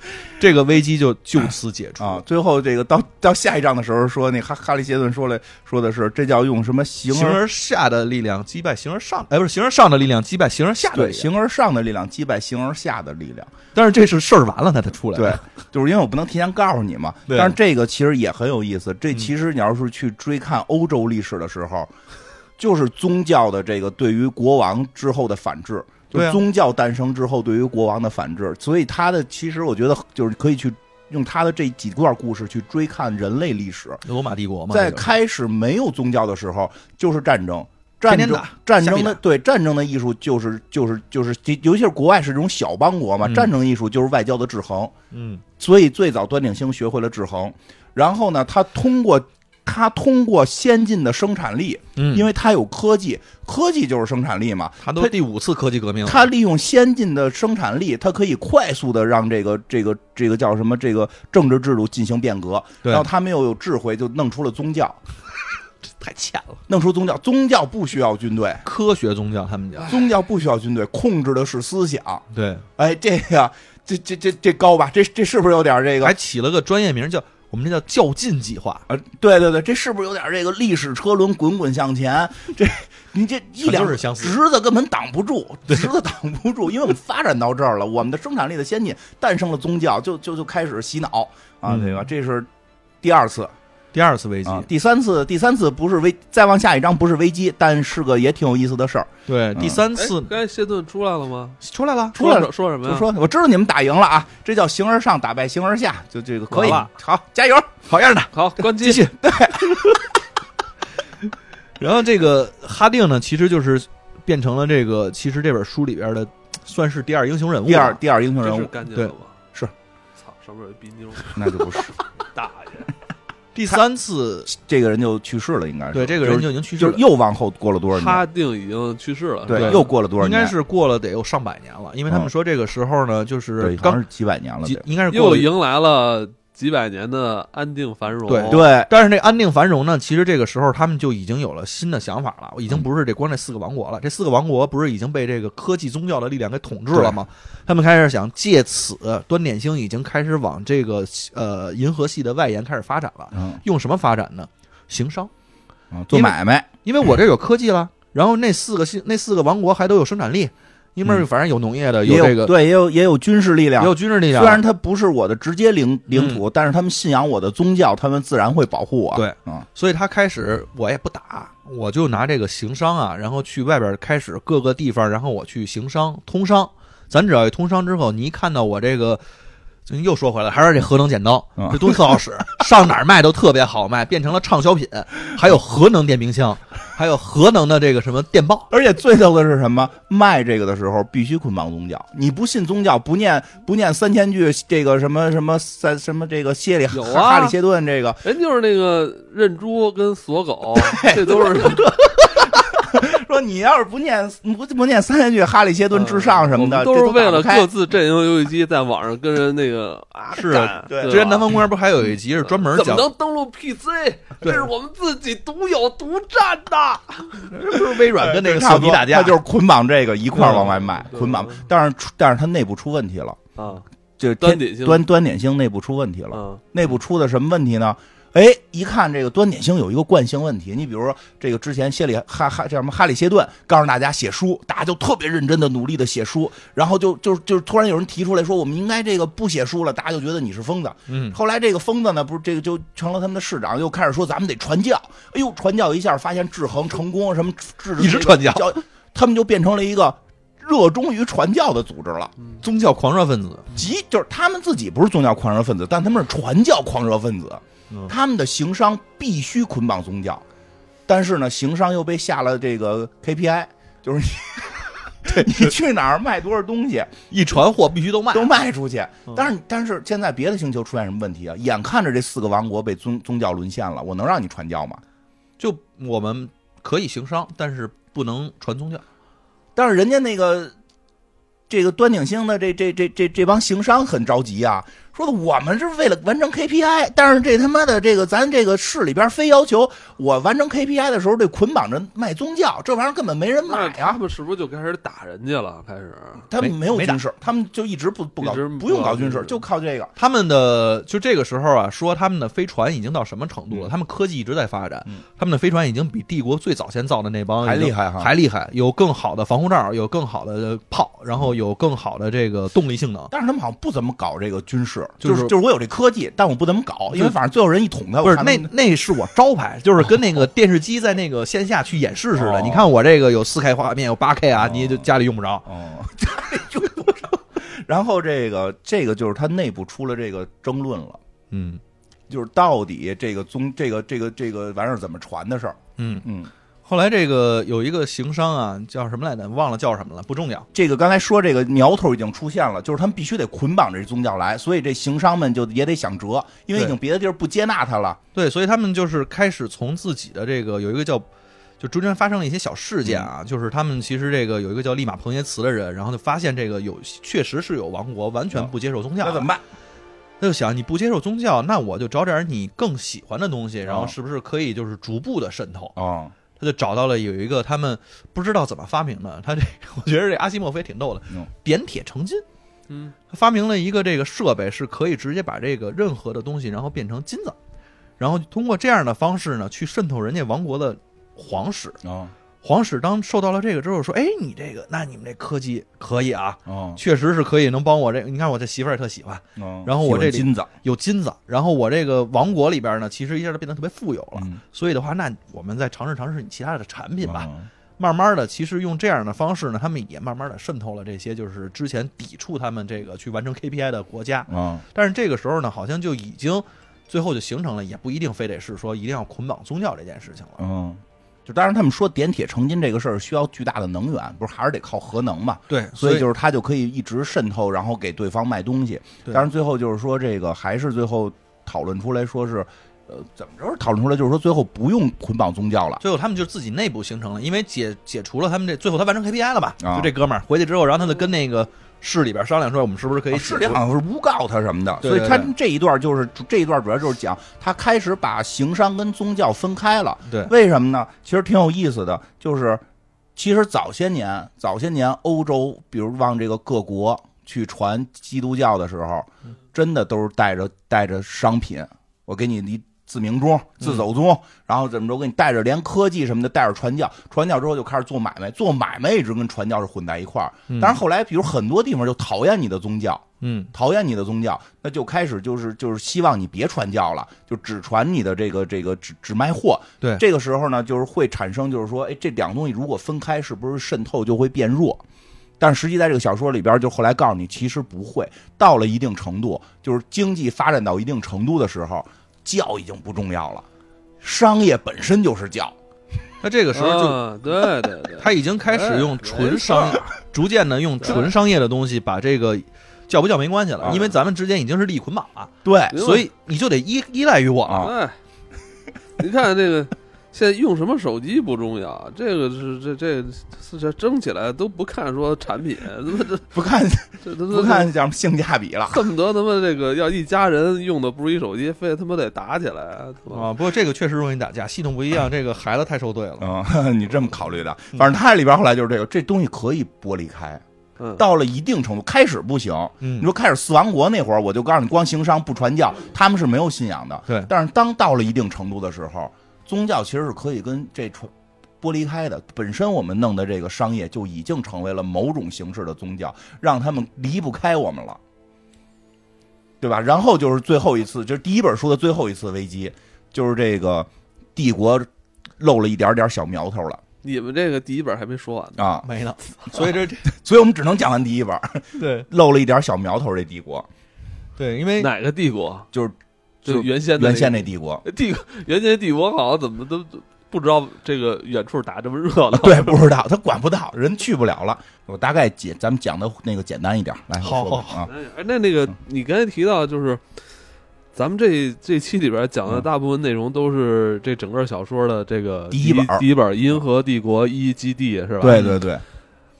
这个危机就就此解除啊。最后这个到到下一章的时候说，那哈哈利谢顿说了说的是这叫用什么形形而下的力量击败形而上，哎，不是形而上的力量击败形而下的力量， 对，形而上的力量击败形而下的力量。 但是这是事儿完了它才出来， 对，就是因为我不能提前告诉你嘛。但是这个其实也很有意思，这其实你要是去追看欧洲历史的时候，嗯、就是宗教的这个对于国王之后的反制。就宗教诞生之后对于国王的反制，所以他的其实我觉得就是可以去用他的这几段故事去追看人类历史。 罗马帝国嘛， 在开始没有宗教的时候就是战争，战争战争的对战争的艺术就是就是就是尤其是国外是这种小邦国嘛，嗯、战争的艺术就是外交的制衡。嗯，所以最早端鼎星学会了制衡，然后呢，他通过。他通过先进的生产力，嗯，因为他有科技，科技就是生产力嘛。 他都第五次科技革命了， 他利用先进的生产力，他可以快速的让这个这个这个叫什么这个政治制度进行变革。然后他们又有智慧，就弄出了宗教。 太欠了， 弄出宗教，宗教不需要军队， 科学宗教他们讲， 宗教不需要军队，控制的是思想。 对， 哎，这个这这这这高吧？这这是不是有点这个？ 还起了个专业名叫。我们这叫较劲计划啊，对对对，这是不是有点这个历史车轮滚滚向前？这你这一两直子根本挡不住，直子挡不住，因为我们发展到这儿了，我们的生产力的先进诞生了宗教，就就就开始洗脑啊，这个这是第二次。 第二次危机、 啊，第三次，第三次不是危，再往下一章不是危机，但是个也挺有意思的事儿。 对， 嗯、 第三次， 刚才谢顿出来了吗？ 出来了， 出来了， 说什么呀？ 就说我知道你们打赢了啊，这叫形而上打败形而下，就这个可以，好，加油， 好样的， 好，关机， 继续。对。然后这个哈定呢，其实就是变成了这个，其实这本书里边的算是第二英雄人物， 第二第二英雄人物， 对， 是， 操，上面有逼妞， 那就不是， 大爷。 第三次， 这个人就去世了，应该是对，这个人就已经去世了， 就是又往后过了多少年？ 哈定已经去世了， 对，又过了多少年？ 应该是过了得有上百年了，因为他们说这个时候呢，就是刚是几百年了， 应该是又迎来了几百年的安定繁荣。 对对， 但是这安定繁荣呢，其实这个时候他们就已经有了新的想法了，已经不是这光这四个王国了，这四个王国不是已经被这个科技宗教的力量给统治了吗？他们开始想借此，端点星已经开始往这个呃银河系的外沿开始发展了。 嗯， 用什么发展呢？行商， 嗯，做买卖。 因为我这有科技了，然后那四个那四个王国还都有生产力。因为反正有农业的， 有这个对，也有也有军事力量， 也有军事力量。 虽然它不是我的直接领领土，但是他们信仰我的宗教，他们自然会保护我。 对， 嗯， 所以他开始我也不打，我就拿这个行商啊，然后去外边开始各个地方，然后我去行商通商。咱只要一通商之后，你一看到我这个。又说回来，还是这核能剪刀，这东西特好使，上哪儿卖都特别好卖，变成了畅销品。还有核能电冰箱，还有核能的这个什么电报。 而且最逗的是什么？卖这个的时候必须捆绑宗教，你不信宗教，不念不念三千句这个什么什么三什么这个谢里有、啊、 哈里谢顿这个， 人就是那个认猪跟锁狗，这都是。 说你要是不念不不念三千句哈里谢顿至上什么的， 嗯、都是为了各自阵营游戏机在网上跟人那个啊是啊，对，之前南方公园不还有一集是专门讲怎么能登录 P C， 这是我们自己独有独占的， 这不是微软跟那个索尼打架， 他就是捆绑这个一块往外卖，捆绑，但是但是它内部出问题了啊， 就端点星端端点星内部出问题了， 嗯、 内部出的什么问题呢？哎，一看这个端点星有一个惯性问题，你比如说这个之前谢里哈哈叫什么哈里谢顿告诉大家写书，大家就特别认真的努力的写书，然后就就就突然有人提出来说我们应该这个不写书了，大家就觉得你是疯子。 嗯， 后来这个疯子呢，不是这个就成了他们的市长，又开始说咱们得传教。哎呦，传教一下发现制衡成功，什么制一直传教， 他们就变成了一个热衷于传教的组织了， 嗯、宗教狂热分子。 即就是他们自己不是宗教狂热分子，但他们是传教狂热分子。他们的行商必须捆绑宗教，但是呢，行商又被下了这个 K P I， 就是你你去哪儿卖多少东西， 一传货必须都卖， 都卖出去。但是但是现在别的星球出现什么问题啊？眼看着这四个王国被宗宗教沦陷了，我能让你传教吗？ 就我们可以行商，但是不能传宗教。 但是人家那个。这个端鼎星的这这这这这帮行商很着急啊， 说的我们是为了完成 K P I， 但是这他妈的这个咱这个市里边非要求我完成 K P I 的时候，这捆绑着卖宗教，这玩意儿根本没人买呀。 他们是不是就开始打人家了？开始他们没有军事，他们就一直不不搞，不用搞军事，就靠这个。 他们的就这个时候啊，说他们的飞船已经到什么程度了？嗯、他们科技一直在发展，嗯、他们的飞船已经比帝国最早先造的那帮还厉害哈， 还厉害，有更好的防护罩，有更好的炮，然后有更好的这个动力性能。 但是他们好像不怎么搞这个军事，就是、就是我有这科技，但我不怎么搞，因为反正最后人一捅他， 不是那那是我招牌，就是跟那个电视机在那个线下去演示似的。哦、你看我这个有 四 K 画面，有 八 K 啊，哦、你就家里用不着， 哦，家里用不着。然后这个这个就是他内部出了这个争论了， 嗯， 就是到底这个宗这个这个这个玩意儿怎么传的事儿， 嗯嗯。后来这个有一个行商啊，叫什么来着？忘了叫什么了，不重要。 这个刚才说这个苗头已经出现了，就是他们必须得捆绑这宗教来，所以这行商们就也得想辙，因为已经别的地儿不接纳他了。 对，所以他们就是开始从自己的这个有一个叫，就中间发生了一些小事件啊，嗯、就是他们其实这个有一个叫利马彭耶茨的人，然后就发现这个有确实是有王国完全不接受宗教， 那、嗯、怎么办？ 他就想你不接受宗教，那我就找点你更喜欢的东西，然后是不是可以就是逐步的渗透啊？哦， 他就找到了有一个他们不知道怎么发明的，他这我觉得这阿西莫夫也挺逗的， 嗯、 点铁成金。 嗯， 他发明了一个这个设备，是可以直接把这个任何的东西然后变成金子，然后通过这样的方式呢去渗透人家王国的皇室。 哦， 皇室当受到了这个之后说，哎，你这个那你们这科技可以啊， 哦， 确实是可以能帮我这个，你看我这媳妇儿也特喜欢， 哦， 然后我这里金子有金子，然后我这个王国里边呢，其实一下就变得特别富有了， 嗯、 所以的话，那我们再尝试尝试你其他的产品吧。 哦， 慢慢的，其实用这样的方式呢，他们也慢慢的渗透了这些就是之前抵触他们这个去完成 K P I 的国家。 哦， 但是这个时候呢，好像就已经最后就形成了，也不一定非得是说一定要捆绑宗教这件事情了。 嗯，就当然他们说点铁成金这个事儿需要巨大的能源，不是还是得靠核能嘛？ 对， 所以就是他就可以一直渗透，然后给对方卖东西。当然最后就是说这个还是最后讨论出来说是。呃，怎么着讨论出来就是说最后不用捆绑宗教了， 最后他们就自己内部形成了，因为解解除了他们这，最后他完成 K P I 了吧？ 啊、 就这哥们儿回去之后，然后他就跟那个市里边商量说，我们是不是可以？ 市里好像是诬告他什么的， 对对对， 所以他这一段就是这一段主要就是讲他开始把行商跟宗教分开了。 对， 为什么呢？其实挺有意思的，就是其实早些年早些年欧洲，比如往这个各国去传基督教的时候，真的都是带着带着商品，我给你一。自鸣钟、自走钟，嗯、然后怎么着？给你带着连科技什么的，带着传教，传教之后就开始做买卖，做买卖一直跟传教是混在一块儿。 嗯、 但是后来，比如很多地方就讨厌你的宗教， 嗯， 讨厌你的宗教，那就开始就是就是希望你别传教了，就只传你的这个这个只只卖货。 对， 这个时候呢，就是会产生就是说，哎，这两个东西如果分开，是不是渗透就会变弱？但实际在这个小说里边，就后来告诉你，其实不会。到了一定程度，就是经济发展到一定程度的时候。教已经不重要了，商业本身就是教。 他这个时候就、 啊、对对对， 他已经开始用纯商，逐渐的用纯商业的东西把这个教不教没关系了，因为咱们之间已经是利益捆绑了。 对， 所以你就得依依赖于我了。 哎，你看这个。现在用什么手机不重要，这个是这这这争起来都不看说产品，这不看这不看讲性价比了， 恨不得他妈这个要一家人用的不是一手机，非他妈得打起来啊！ 不过这个确实容易打架，系统不一样，这个孩子太受罪了。 嗯，你这么考虑的，反正它里边后来就是这个，这东西可以剥离开。 嗯， 到了一定程度，开始不行。 嗯， 你说开始四王国那会儿，我就告诉你，光行商不传教，他们是没有信仰的。 对， 但是当到了一定程度的时候。宗教其实是可以跟这剥离开的，本身我们弄的这个商业就已经成为了某种形式的宗教，让他们离不开我们了，对吧？然后就是最后一次，就是第一本书的最后一次危机，就是这个帝国露了一点点小苗头了。 你们这个第一本还没说完呢啊， 没呢，所以这， 所以我们只能讲完第一本。 对， 露了一点小苗头，这帝国， 对，因为哪个帝国？ 就是。 就原先原先那帝国， 帝原先帝国好像怎么都不知道这个远处打这么热闹， 对，不知道他管不到，人去不了了。我大概简咱们讲的那个简单一点，来， 好好好啊。 那那个你刚才提到就是咱们这这期里边讲的大部分内容都是这整个小说的这个第一本第一本《银河帝国一基地》是吧？ 对对对。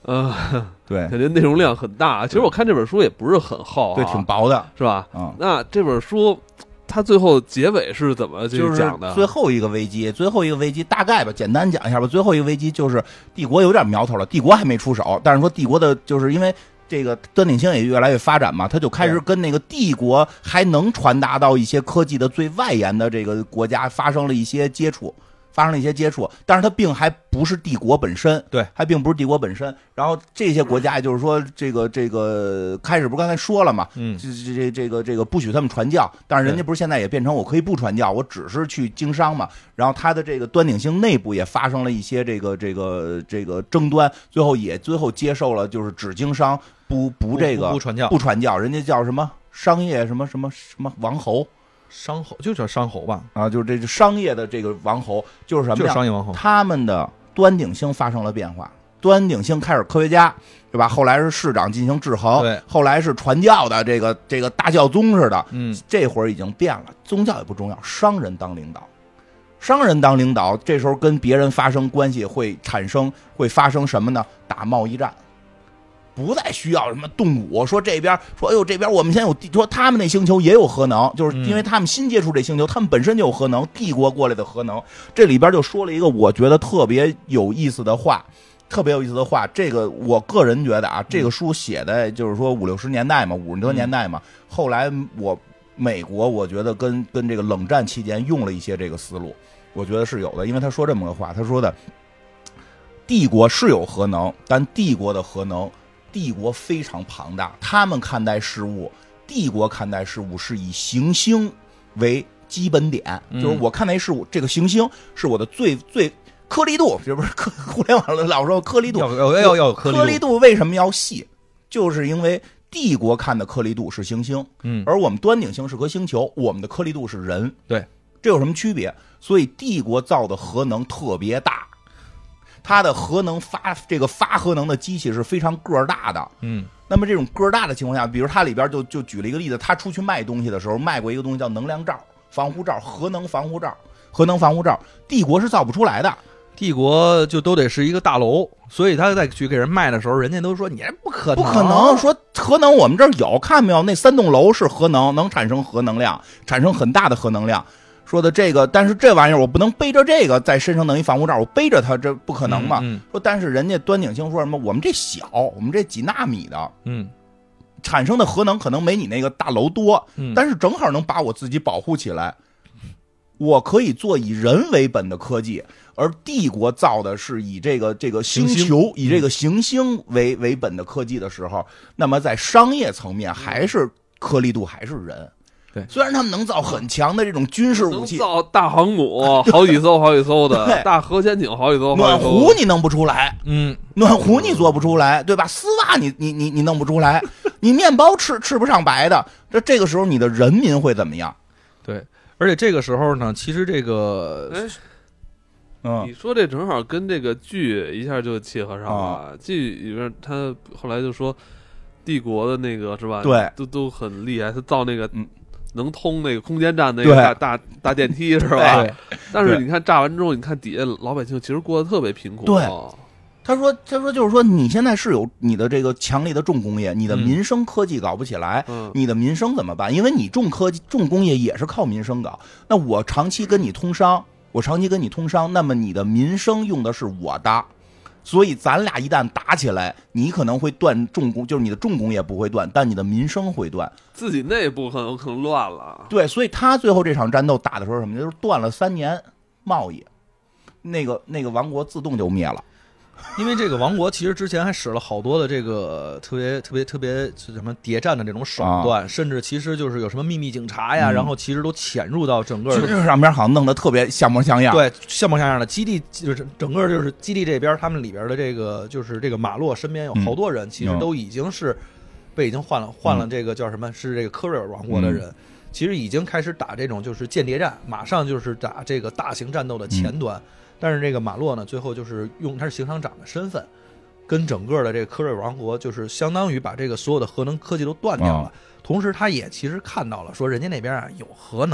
嗯， 对， 感觉内容量很大。其实我看这本书也不是很厚、啊， 对，挺薄的， 是吧？ 嗯， 那这本书它最后结尾是怎么就是讲的？ 最后一个危机，最后一个危机大概吧，简单讲一下吧。最后一个危机就是帝国有点苗头了，帝国还没出手，但是说帝国的就是因为这个端鼎星也越来越发展嘛，他就开始跟那个帝国还能传达到一些科技的最外沿的这个国家发生了一些接触。发生了一些接触，但是它并还不是帝国本身， 对， 还并不是帝国本身。然后这些国家，就是说，这个这个开始不是刚才说了嘛， 嗯， 这这这这个这个不许他们传教，但是人家不是现在也变成我可以不传教，我只是去经商嘛。然后他的这个端鼎星内部也发生了一些这个这个这个争端，最后也最后接受了就是只经商不不这个不传教不传教，人家叫什么商业什么什么什么王侯。 商侯就叫商侯吧， 啊，就是这商业的这个王侯，就是什么呀？ 就是商业王侯。 他们的端鼎星发生了变化，端鼎星开始科学家，对吧？后来是市长进行制衡， 对， 后来是传教的这个这个大教宗似的， 嗯， 这会儿已经变了，宗教也不重要，商人当领导，商人当领导，这时候跟别人发生关系会产生会发生什么呢？打贸易战。不再需要什么动武，说这边说，哎呦，这边我们现在有地，说他们那星球也有核能，就是因为他们新接触这星球，他们本身就有核能，帝国过来的核能。这里边就说了一个我觉得特别有意思的话，特别有意思的话。这个我个人觉得啊，这个书写的就是说五六十年代嘛，五十多年代嘛。后来我美国，我觉得跟跟这个冷战期间用了一些这个思路，我觉得是有的，因为他说这么个话，他说的，帝国是有核能，但帝国的核能。帝国非常庞大，他们看待事物，帝国看待事物是以行星为基本点， 嗯、 就是我看待事物，这个行星是我的最最颗粒度，这不是互联网老说颗粒度， 要要要要有颗粒度， 颗粒度为什么要细？就是因为帝国看的颗粒度是行星， 嗯， 而我们端鼎星是颗星球，我们的颗粒度是人， 对， 这有什么区别？所以帝国造的核能特别大。它的核能发这个发核能的机器是非常个儿大的， 嗯， 那么这种个儿大的情况下，比如它里边就就举了一个例子，他出去卖东西的时候卖过一个东西叫能量罩、防护罩、核能防护罩、核能防护罩，帝国是造不出来的， 帝国就都得是一个大楼，所以他在去给人卖的时候，人家都说你这不可能， 不可能，说核能我们这儿有，看没有？那三栋楼是核能，能产生核能量，产生很大的核能量。说的这个，但是这玩意儿我不能背着这个在身上弄一防护罩，我背着它这不可能嘛？ 嗯嗯、 说但是人家端鼎星说什么？我们这小，我们这几纳米的， 嗯， 产生的核能可能没你那个大楼多， 嗯、 但是正好能把我自己保护起来。我可以做以人为本的科技，而帝国造的是以这个这个星球、以这个行星为为本的科技的时候，那么在商业层面还是颗粒度还是人。 对， 虽然他们能造很强的这种军事武器， 能造大航母好几艘好几艘的，大核潜艇好几艘， 暖壶你弄不出来， 嗯， 暖壶你做不出来，对吧？丝袜你你你你弄不出来，你面包吃吃不上白的，这这个时候你的人民会怎么样？ 对，而且这个时候呢，其实这个， 哎， 嗯， 你说这正好跟这个剧一下就契合上了， 啊、 剧里边他后来就说帝国的那个是吧？ 对， 都都很厉害，他造那个嗯。能通那个空间站那个大大大电梯是吧？但是你看炸完之后，你看底下老百姓其实过得特别贫苦。 对，他说他说就是说你现在是有你的这个强力的重工业，你的民生科技搞不起来， 嗯、 你的民生怎么办？因为你重科技重工业也是靠民生搞。那我长期跟你通商，我长期跟你通商，那么你的民生用的是我的。所以咱俩一旦打起来，你可能会断重工，就是你的重工业不会断，但你的民生会断， 自己内部可能可能乱了。 对，所以他最后这场战斗打的时候什么，就是断了三年贸易，那个那个王国自动就灭了。 因为这个王国其实之前还使了好多的这个特别特别特别什么谍战的这种手段，啊、甚至其实就是有什么秘密警察呀，嗯、然后其实都潜入到整个这上边好像弄得特别像模像样。 对，像模像样的基地，就是整个就是基地这边他们里边的这个就是这个马洛身边有好多人，嗯、其实都已经是被已经换了换了这个叫什么是这个科瑞尔王国的人，嗯、其实已经开始打这种就是间谍战，马上就是打这个大型战斗的前端。嗯但是这个马洛呢，最后就是用他是刑场长的身份，跟整个的这个科瑞尔王国，就是相当于把这个所有的核能科技都断掉了。哦、同时，他也其实看到了，说人家那边啊有核能，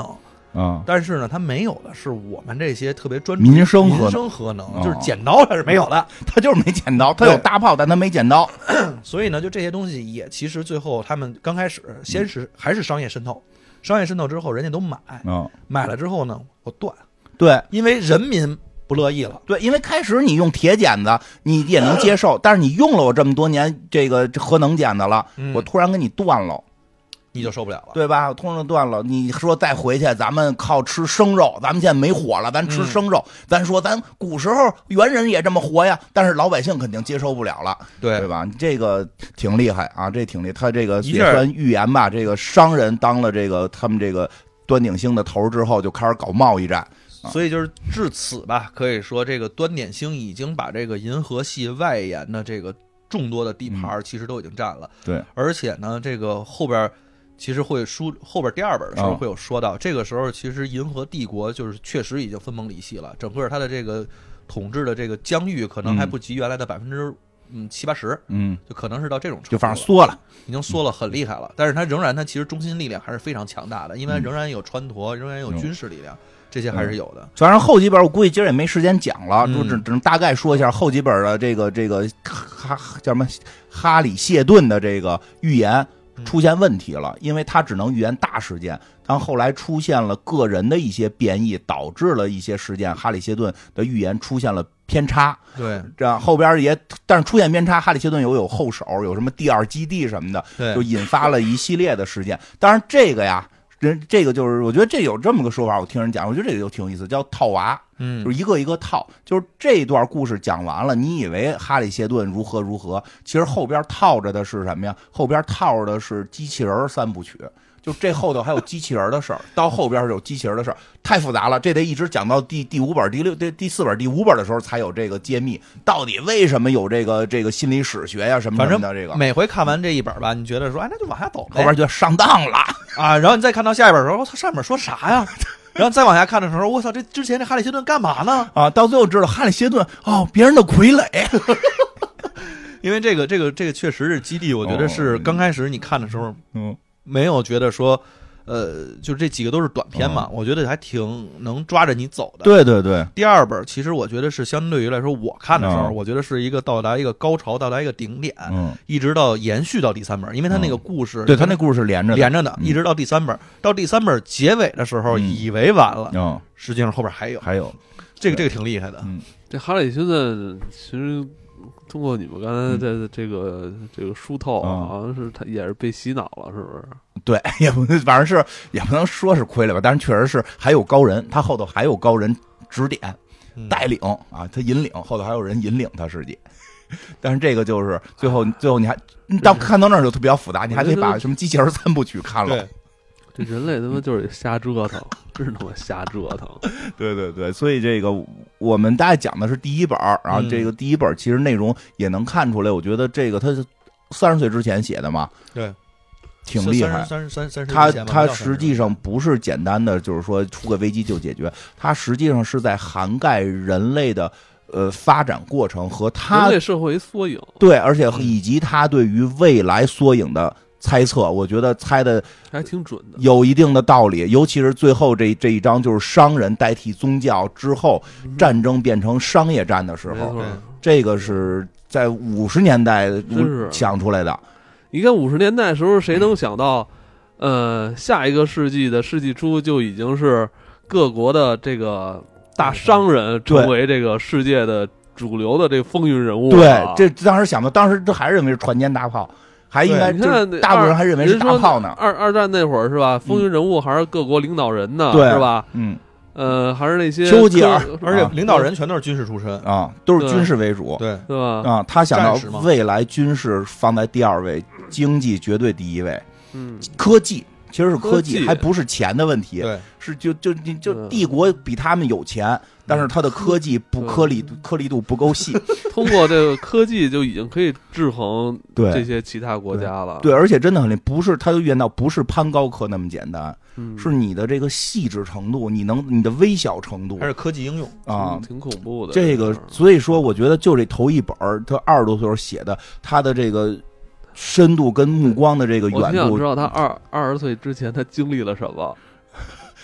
嗯， 但是呢，他没有的是我们这些特别专注民生核民生核能，就是剪刀它是没有的， 他就是没剪刀，他有大炮，但他没剪刀。 所以呢，就这些东西也其实最后他们刚开始先是还是商业渗透，商业渗透之后人家都买， 嗯， 买了之后呢，我断， 对， 因为人民不乐意了， 对，因为开始你用铁剪子你也能接受，但是你用了我这么多年这个核能剪子了， 嗯、 我突然给你断了。 你就受不了了， 对吧？我通常断了。你说再回去，咱们靠吃生肉，咱们现在没火了，咱吃生肉。嗯、咱说咱古时候猿人也这么活呀，但是老百姓肯定接受不了了， 对对吧？这个挺厉害啊，这挺厉害。他这个也算预言吧。这个商人当了这个他们这个端点星的头之后，就开始搞贸易战。 所以就是至此吧，可以说这个端点星已经把这个银河系外沿的这个众多的地盘其实都已经占了。 嗯、对， 而且呢，这个后边。其实会书后边第二本的时候会有说到，哦、这个时候其实银河帝国就是确实已经分崩离析了，整个它的这个统治的这个疆域可能还不及原来的百分之嗯七八十，嗯，就可能是到这种程度， 就反正缩了， 已经缩了很厉害了。但是它仍然，它其实中心力量还是非常强大的，因为仍然有川陀，仍然有军事力量，嗯、这些还是有的。 反正后几本我估计今儿也没时间讲了， 嗯、 就只只能大概说一下后几本的这个这个哈叫什么哈里谢顿的这个预言。出现问题了，因为他只能预言大事件，但后来出现了个人的一些变异，导致了一些事件，哈里谢顿的预言出现了偏差。 对， 这样后边也，但是出现偏差，哈里谢顿有有后手，有什么第二基地什么的，就引发了一系列的事件。当然这个呀，人这个就是我觉得这有这么个说法，我听人讲，我觉得这个就挺有意思，叫套娃。 嗯， 就是一个一个套，就是这段故事讲完了，你以为哈里谢顿如何如何，其实后边套着的是什么呀？后边套着的是机器人三部曲，就这后头还有机器人的事儿，到后边有机器人的事儿，太复杂了，这得一直讲到第第五本、第六、第第四本、第五本的时候才有这个揭秘，到底为什么有这个这个心理史学呀什么什么的这个。 每回看完这一本吧，你觉得说，哎，那就往下走呗， 后边就上当了啊，然后你再看到下一本的时候，我操，上面说啥呀？然后再往下看的时候，我操，这之前这哈里谢顿干嘛呢？ 啊，到最后知道哈里谢顿哦，别人的傀儡。 因为这个这个这个确实是基地，我觉得是刚开始你看的时候， 嗯， 没有觉得说，呃，就这几个都是短篇嘛，嗯、我觉得还挺能抓着你走的。 对对对。 第二本其实我觉得是相对于来说，我看的时候， 嗯、 我觉得是一个到达一个高潮，到达一个顶点， 嗯， 一直到延续到第三本，因为他那个故事， 嗯、对他那故事是连着的连着的，一直到第三本，到第三本结尾的时候， 嗯、 以为完了， 嗯， 实际上后边还有， 还有， 这个这个挺厉害的。 嗯， 这哈里谢顿其实。通过你们刚才在这个、嗯、这个书透、啊，好像是他也是被洗脑了，是不是？ 对，也不反正是也不能说是亏了吧，但是确实是还有高人，他后头还有高人指点、带领啊，他引领，后头还有人引领他自己。但是这个就是最后，最后你还到看到那儿就比较复杂，你还得把什么机器人三部曲看了。 这人类他妈就是瞎折腾，真他妈瞎折腾。 对对对，所以这个我们大概讲的是第一本，然后这个第一本其实内容也能看出来，我觉得这个他是三十岁之前写的嘛， 对， 挺厉害。 三十三三十， 他他实际上不是简单的就是说出个危机就解决，他实际上是在涵盖人类的呃发展过程和他人类社会缩影， 对，而且以及他对于未来缩影的。猜测，我觉得猜的还挺准的， 有一定的道理。尤其是最后这这一章，就是商人代替宗教之后，战争变成商业战的时候，这个是在五十年代想出来的。 你看五十年代时候，谁能想到，呃，下一个世纪的世纪初就已经是各国的这个大商人成为这个世界的主流的这个风云人物。 对，这当时想到，当时这还认为是船坚大炮。还应该，大部分人还认为是大炮呢。 二二战那会儿是吧？风云人物还是各国领导人呢， 对是吧？ 嗯， 呃，还是那些丘吉尔， 而且领导人全都是军事出身啊，都是军事为主， 对对吧？ 啊，他想到未来军事放在第二位，经济绝对第一位。 嗯， 科技其实是科技， 还不是钱的问题， 对， 是就就就就帝国比他们有钱。但是它的科技不颗粒颗粒度不够细， 通过这个科技就已经可以制衡这些其他国家了。 对，对而且真的很厉害，不是他就预言到不是攀高科那么简单， 嗯、 是你的这个细致程度，你能你的微小程度， 还是科技应用啊、 嗯，挺恐怖的。 这个所以说，我觉得就这头一本他二十多岁写的，他的这个深度跟目光的这个远度， 我想知道他二二十岁之前他经历了什么。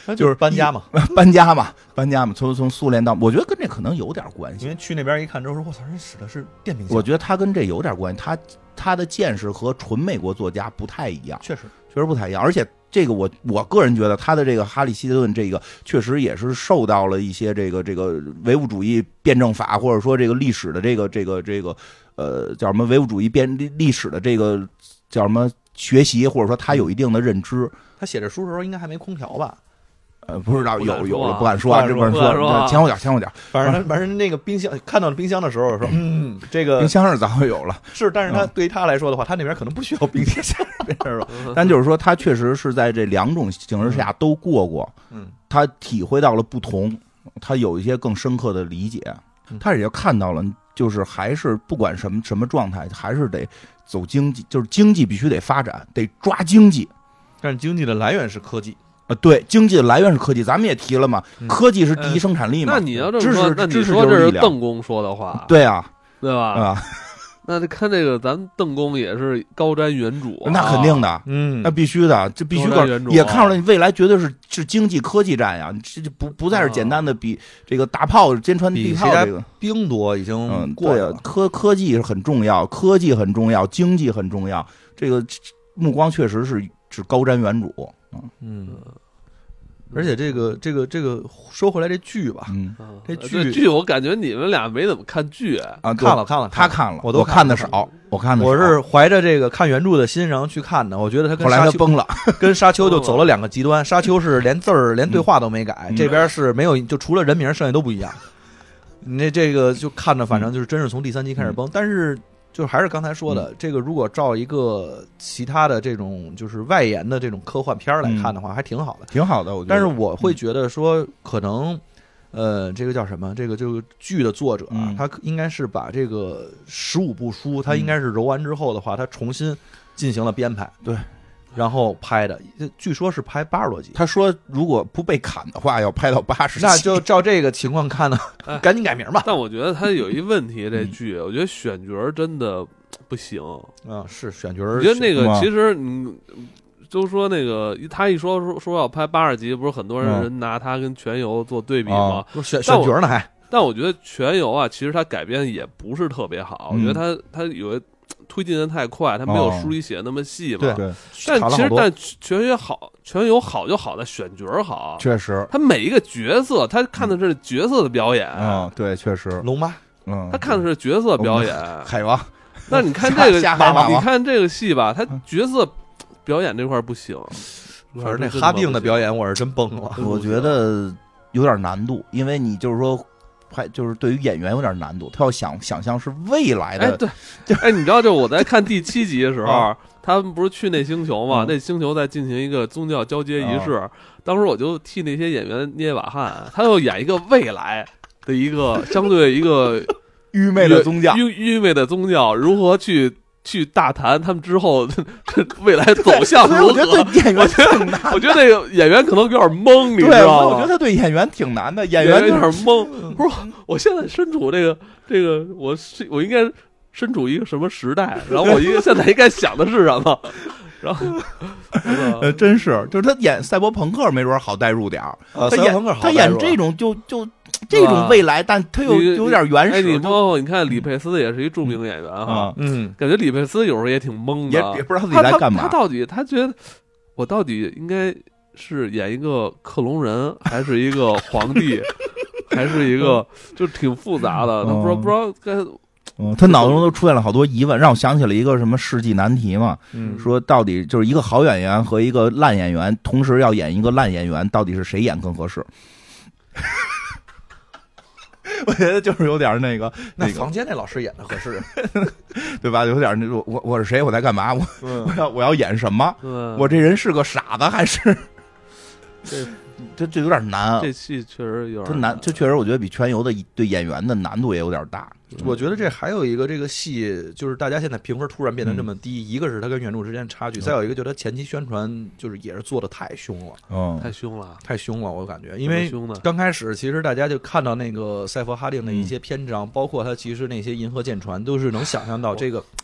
就是搬家嘛， 搬家嘛，搬家嘛，从从苏联到，我觉得跟这可能有点关系。 因为去那边一看之后说，我操，人使的是电冰箱。 我觉得他跟这有点关系，他他的见识和纯美国作家不太一样， 确实确实不太一样。而且这个我我个人觉得他的这个哈里希顿这个确实也是受到了一些这个这个唯物主义辩证法，或者说这个历史的这个这个这个呃叫什么唯物主义辩历史的这个叫什么学习，或者说他有一定的认知。 他写这书的时候应该还没空调吧？ 呃，不知道有有了，不敢说， 这不敢说，前后脚前后脚。 反正反正那个冰箱看到了冰箱的时候说，嗯，这个冰箱是早就有了， 是，但是他对于他来说的话，他那边可能不需要冰箱，是吧？ 但就是说，他确实是在这两种形势下都过过， 嗯， 他体会到了不同，他有一些更深刻的理解，他也就看到了，就是还是不管什么什么状态，还是得走经济，就是经济必须得发展，得抓经济， 但是经济的来源是科技。 啊，对，经济的来源是科技，咱们也提了嘛， 嗯、 科技是第一生产力嘛。 那你要这么说，那你说这是邓公说的话， 对啊， 对吧？ 啊， 那这看这个，咱邓公也是高瞻远瞩、啊， 那肯定的， 嗯， 那必须的，这必须个也看出来，你未来绝对是是经济科技战呀，这就不不再是简单的比这个大炮坚穿地炮这个兵多已经嗯过了， 对科科技是很重要，科技很重要，经济很重要，这个目光确实是是高瞻远瞩， 嗯。而且这个这个这个说回来这剧吧， 嗯， 这剧剧我感觉你们俩没怎么看剧啊， 看了看了， 他看了， 我都看的少，我看的我是怀着这个看原著的心然后去看的，我觉得他跟后来他崩了， 跟沙丘就走了两个极端，沙丘是连字儿连对话都没改， 嗯、 这边是没有，就除了人名剩下都不一样。你这这个就看着反正就是真是从第三集开始崩， 嗯、 但是。就还是刚才说的， 嗯、 这个如果照一个其他的这种就是外延的这种科幻片来看的话， 嗯、 还挺好的， 挺好的。我觉得， 但是我会觉得说，可能，呃，这个叫什么？这个这个剧的作者啊， 嗯、 他应该是把这个十五部书，他应该是揉完之后的话，他重新进行了编排。 对。 然后拍的，据说是拍八十多集。 他说，如果不被砍的话，要拍到八十集。 那就照这个情况看呢， 哎、 赶紧改名吧。 但我觉得他有一问题，这剧，我觉得选角真的不行啊。是选角， 我觉得那个其实你都说那个，他一说说说要拍八十集，不是很多人人拿他跟全游做对比吗？ 不是选选角呢还？ 但我觉得全游啊，其实他改编也不是特别好。 嗯、 我觉得他他有。推进的太快，他没有书里写的那么细嘛。 哦、对， 但其实但全游好，全游好就好在选角好， 确实， 他每一个角色，他看的是角色的表演。 嗯，对，确实。 龙妈， 嗯， 他看的是角色表演。 海王， 那你看这个， 你看这个戏吧，他角色表演这块不行。 反正那哈定的表演，我是真崩了。 我觉得有点难度，因为你就是说。还就是对于演员有点难度，他要想想象是未来的。 哎，对，哎，你知道，就我在看第七集的时候，啊、他们不是去那星球嘛？嗯、那星球在进行一个宗教交接仪式，啊、当时我就替那些演员捏把汗。他要演一个未来的一个相对一个愚昧的宗教， 愚愚昧的宗教如何去。去大谈他们之后这未来走向如何？ 我觉得对演员挺难。 我觉得那个演员可能有点懵，你知道吗？我觉得他对演员挺难的，演员有点懵。不是，我现在身处这个这个，我是我应该身处一个什么时代？然后我应该现在应该想的是什么？然后， 呃，真是，就是他演赛博朋克没准好代入点儿。 呃， 他演他演这种就就。这种未来，但他又有点原始。 哎，你包括你看李佩斯也是一著名演员哈， 嗯， 感觉李佩斯有时候也挺懵的， 也也不知道自己在干嘛。 他到底他觉得我到底应该是演一个克隆人，还是一个皇帝，还是一个就挺复杂的，他不知道不知道该。 嗯，他脑中都出现了好多疑问，让我想起了一个什么世纪难题嘛。 嗯， 说到底就是一个好演员和一个烂演员，同时要演一个烂演员，到底是谁演更合适？我觉得就是有点那个， 那房间那老师演的合适， 对吧？有点那种我我是谁？我在干嘛？我、 嗯、 我要我要演什么？ 嗯、 我这人是个傻子还是？ 这这这有点难啊！ 这戏确实有点难，这确实我觉得比全游的对演员的难度也有点大。 我觉得这还有一个这个戏，就是大家现在评分突然变得这么低，嗯、一个是它跟原著之间差距，嗯、再有一个就是它前期宣传就是也是做的太凶了， 嗯， 太凶了， 太凶了，我感觉，因为刚开始其实大家就看到那个赛佛哈定的一些篇章，嗯、包括他其实那些银河舰船，都是能想象到这个。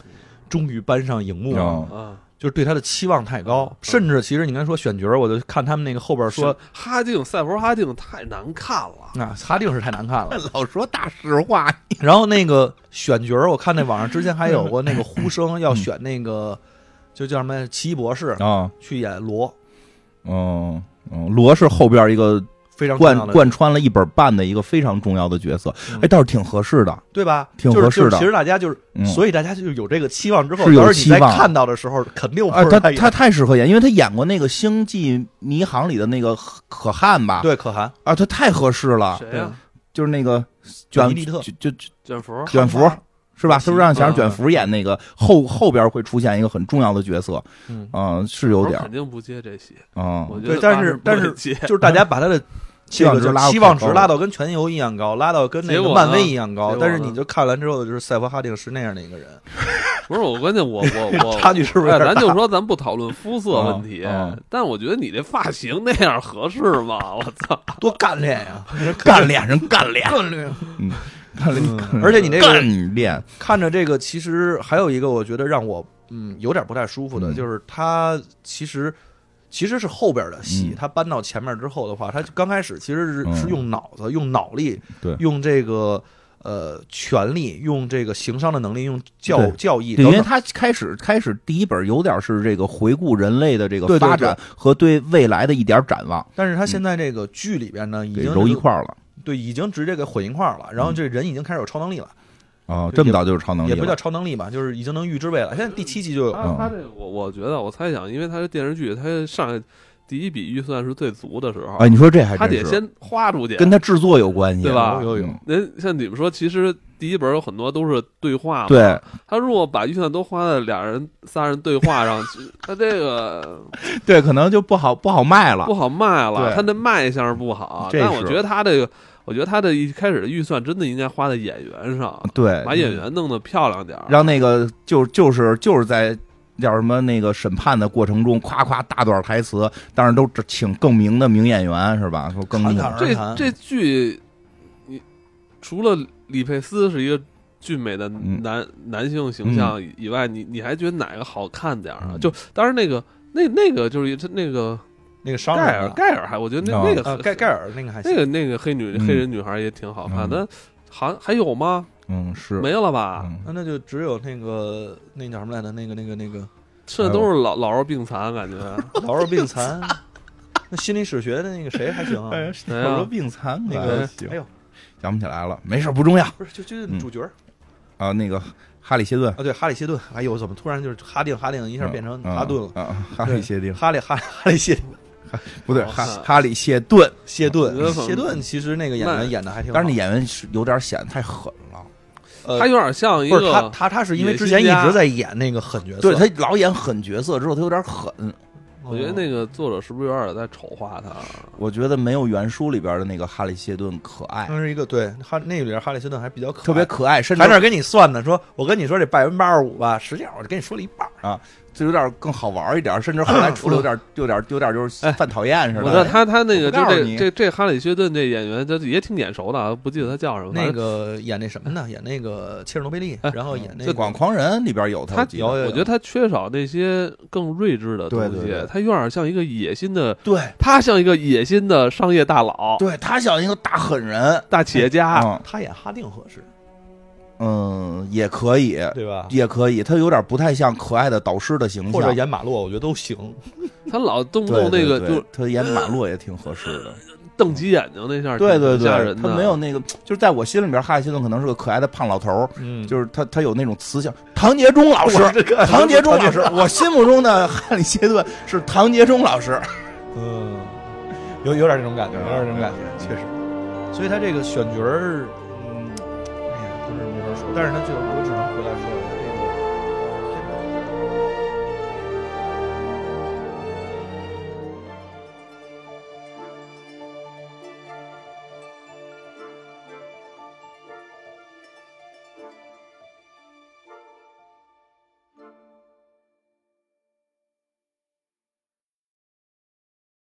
终于搬上荧幕了。 啊， 就是对他的期望太高，甚至其实你刚才说选角，我就看他们那个后边说哈定赛佛哈定太难看了啊，哈定是太难看了， 老说大实话。 然后那个选角，我看那网上之前还有过那个呼声要选那个，就叫什么奇异博士啊， 去演罗。 嗯嗯，罗是后边一个非常贯贯穿了一本半的一个非常重要的角色，哎，倒是挺合适的， 对吧？ 挺合适的。 其实大家就是，所以大家就有这个期望之后， 是有期望。 你在看到的时候，肯定不是他他太适合演，因为他演过那个《星际迷航》里的那个可汗吧？ 对，可汗啊，他太合适了。 谁呀？ 就是那个卷特， 就就卷福， 卷福。是吧？是不是让想卷福演那个后后边会出现一个很重要的角色？ 嗯， 嗯，是有点肯定不接这戏啊。 对，但是但是就是大家把他的期望值拉期望值拉到跟全游一样高，拉到跟那个漫威一样高，但是你就看完之后，就是赛博哈定是那样的一个人。 不是我关键，我我我差距是不是？ 咱就说咱不讨论肤色问题，但我觉得你这发型那样合适吗？我操， 多干练呀！ 干练人干练， 干练， 嗯。 嗯、而且你那个练看着这个，其实还有一个我觉得让我嗯有点不太舒服的， 嗯、 就是他其实其实是后边的戏， 嗯、 他搬到前面之后的话，他刚开始其实是、嗯、是用脑子、用脑力、 对， 用这个呃权力、用这个行商的能力、用教教义， 对，因为他开始开始第一本有点是这个回顾人类的这个发展和对未来的一点展望， 但是他现在这个剧里边呢，已经揉一块了。 对，已经直接给混一块了，然后这人已经开始有超能力了。 哦，这么早就是超能力了， 也不叫超能力吧，就是已经能预知未来。现在第七集就有。 他他这个，我我觉得，我猜想，因为他这电视剧，他上第一笔预算是最足的时候。 哎，你说这还他得先花出去， 跟他制作有关系， 对吧？ 有有。 人像你们说，其实第一本有很多都是对话嘛。 对。 他如果把预算都花在俩人、仨人对话上，他这个对可能就不好不好卖了， 不好卖了。他的卖相不好，但我觉得他这个。我觉得他的一开始的预算真的应该花在演员上， 对， 把演员弄得漂亮点， 让那个就就是就是在叫什么那个审判的过程中，夸夸大段台词，当然都请更名的名演员是吧？说更这这剧，你除了李佩斯是一个俊美的男、嗯、男性形象以外， 嗯、 你你还觉得哪个好看点啊？嗯、就当然那个那那个就是他那个。 那个商盖尔，盖尔还我觉得那、 哦、 那个、 啊、盖盖尔那个还那个那个黑女、嗯、黑人女孩也挺好看的，还、嗯、还有吗？ 嗯，是没了吧？ 嗯、 那那就只有那个那叫什么来着？那个那个那个， 剩下都是老老弱病残，感觉老弱病残。那心理史学的那个谁还行啊？ 老弱病残那个， 哎呦，想不起来了，没事，不重要。 不是，就就主角、 嗯、啊，那个。哈里谢顿啊，对，哈里谢顿，哎呦，怎么突然就是哈定哈定一下变成哈顿了？ 啊，啊哈里谢定， 哈里哈哈里谢， 不对，哈哈里谢顿， 谢顿，谢顿，其实那个演员演的还挺好， 但是那演员是有点显得太狠了， 呃， 他有点像一个， 不是他他他是因为之前一直在演那个狠角色， 对他老演狠角色之后，他有点狠。 我觉得那个作者是不是有点在丑化他？ 我觉得没有原书里边的那个哈里谢顿可爱。 那是一个对哈那里边哈里谢顿还比较可爱， 特别可爱，甚至还那给你算呢，说我跟你说这百分之八十五吧，实际上我就跟你说了一半啊，就有点更好玩一点，甚至后来出了有点有点有点就是犯讨厌似的。 我说他他那个就这这这哈里谢顿这演员，他也挺眼熟的，不记得他叫什么。 那个演那什么呢？演那个切尔诺贝利，然后演那个 《广狂人》里边有他。 有，我觉得他缺少那些更睿智的东西，他有点像一个野心的， 对， 他像一个野心的商业大佬， 对他像一个大狠人、 大企业家。 他演哈定合适。 嗯，也可以， 对吧？ 也可以，他有点不太像可爱的导师的形象， 或者演马洛，我觉得都行。 他老动不动那个，就他演马洛也挺合适的， 瞪起眼睛那下， 对对对， 吓人的。 他没有那个，就是在我心里边，哈里谢顿可能是个可爱的胖老头， 嗯， 就是他他有那种慈祥。唐杰忠老师，唐杰忠老师，我心目中的哈里谢顿是唐杰忠老师， 嗯，有有点这种感觉，有点这种感觉，确实。所以他这个选角儿。但是他就我只能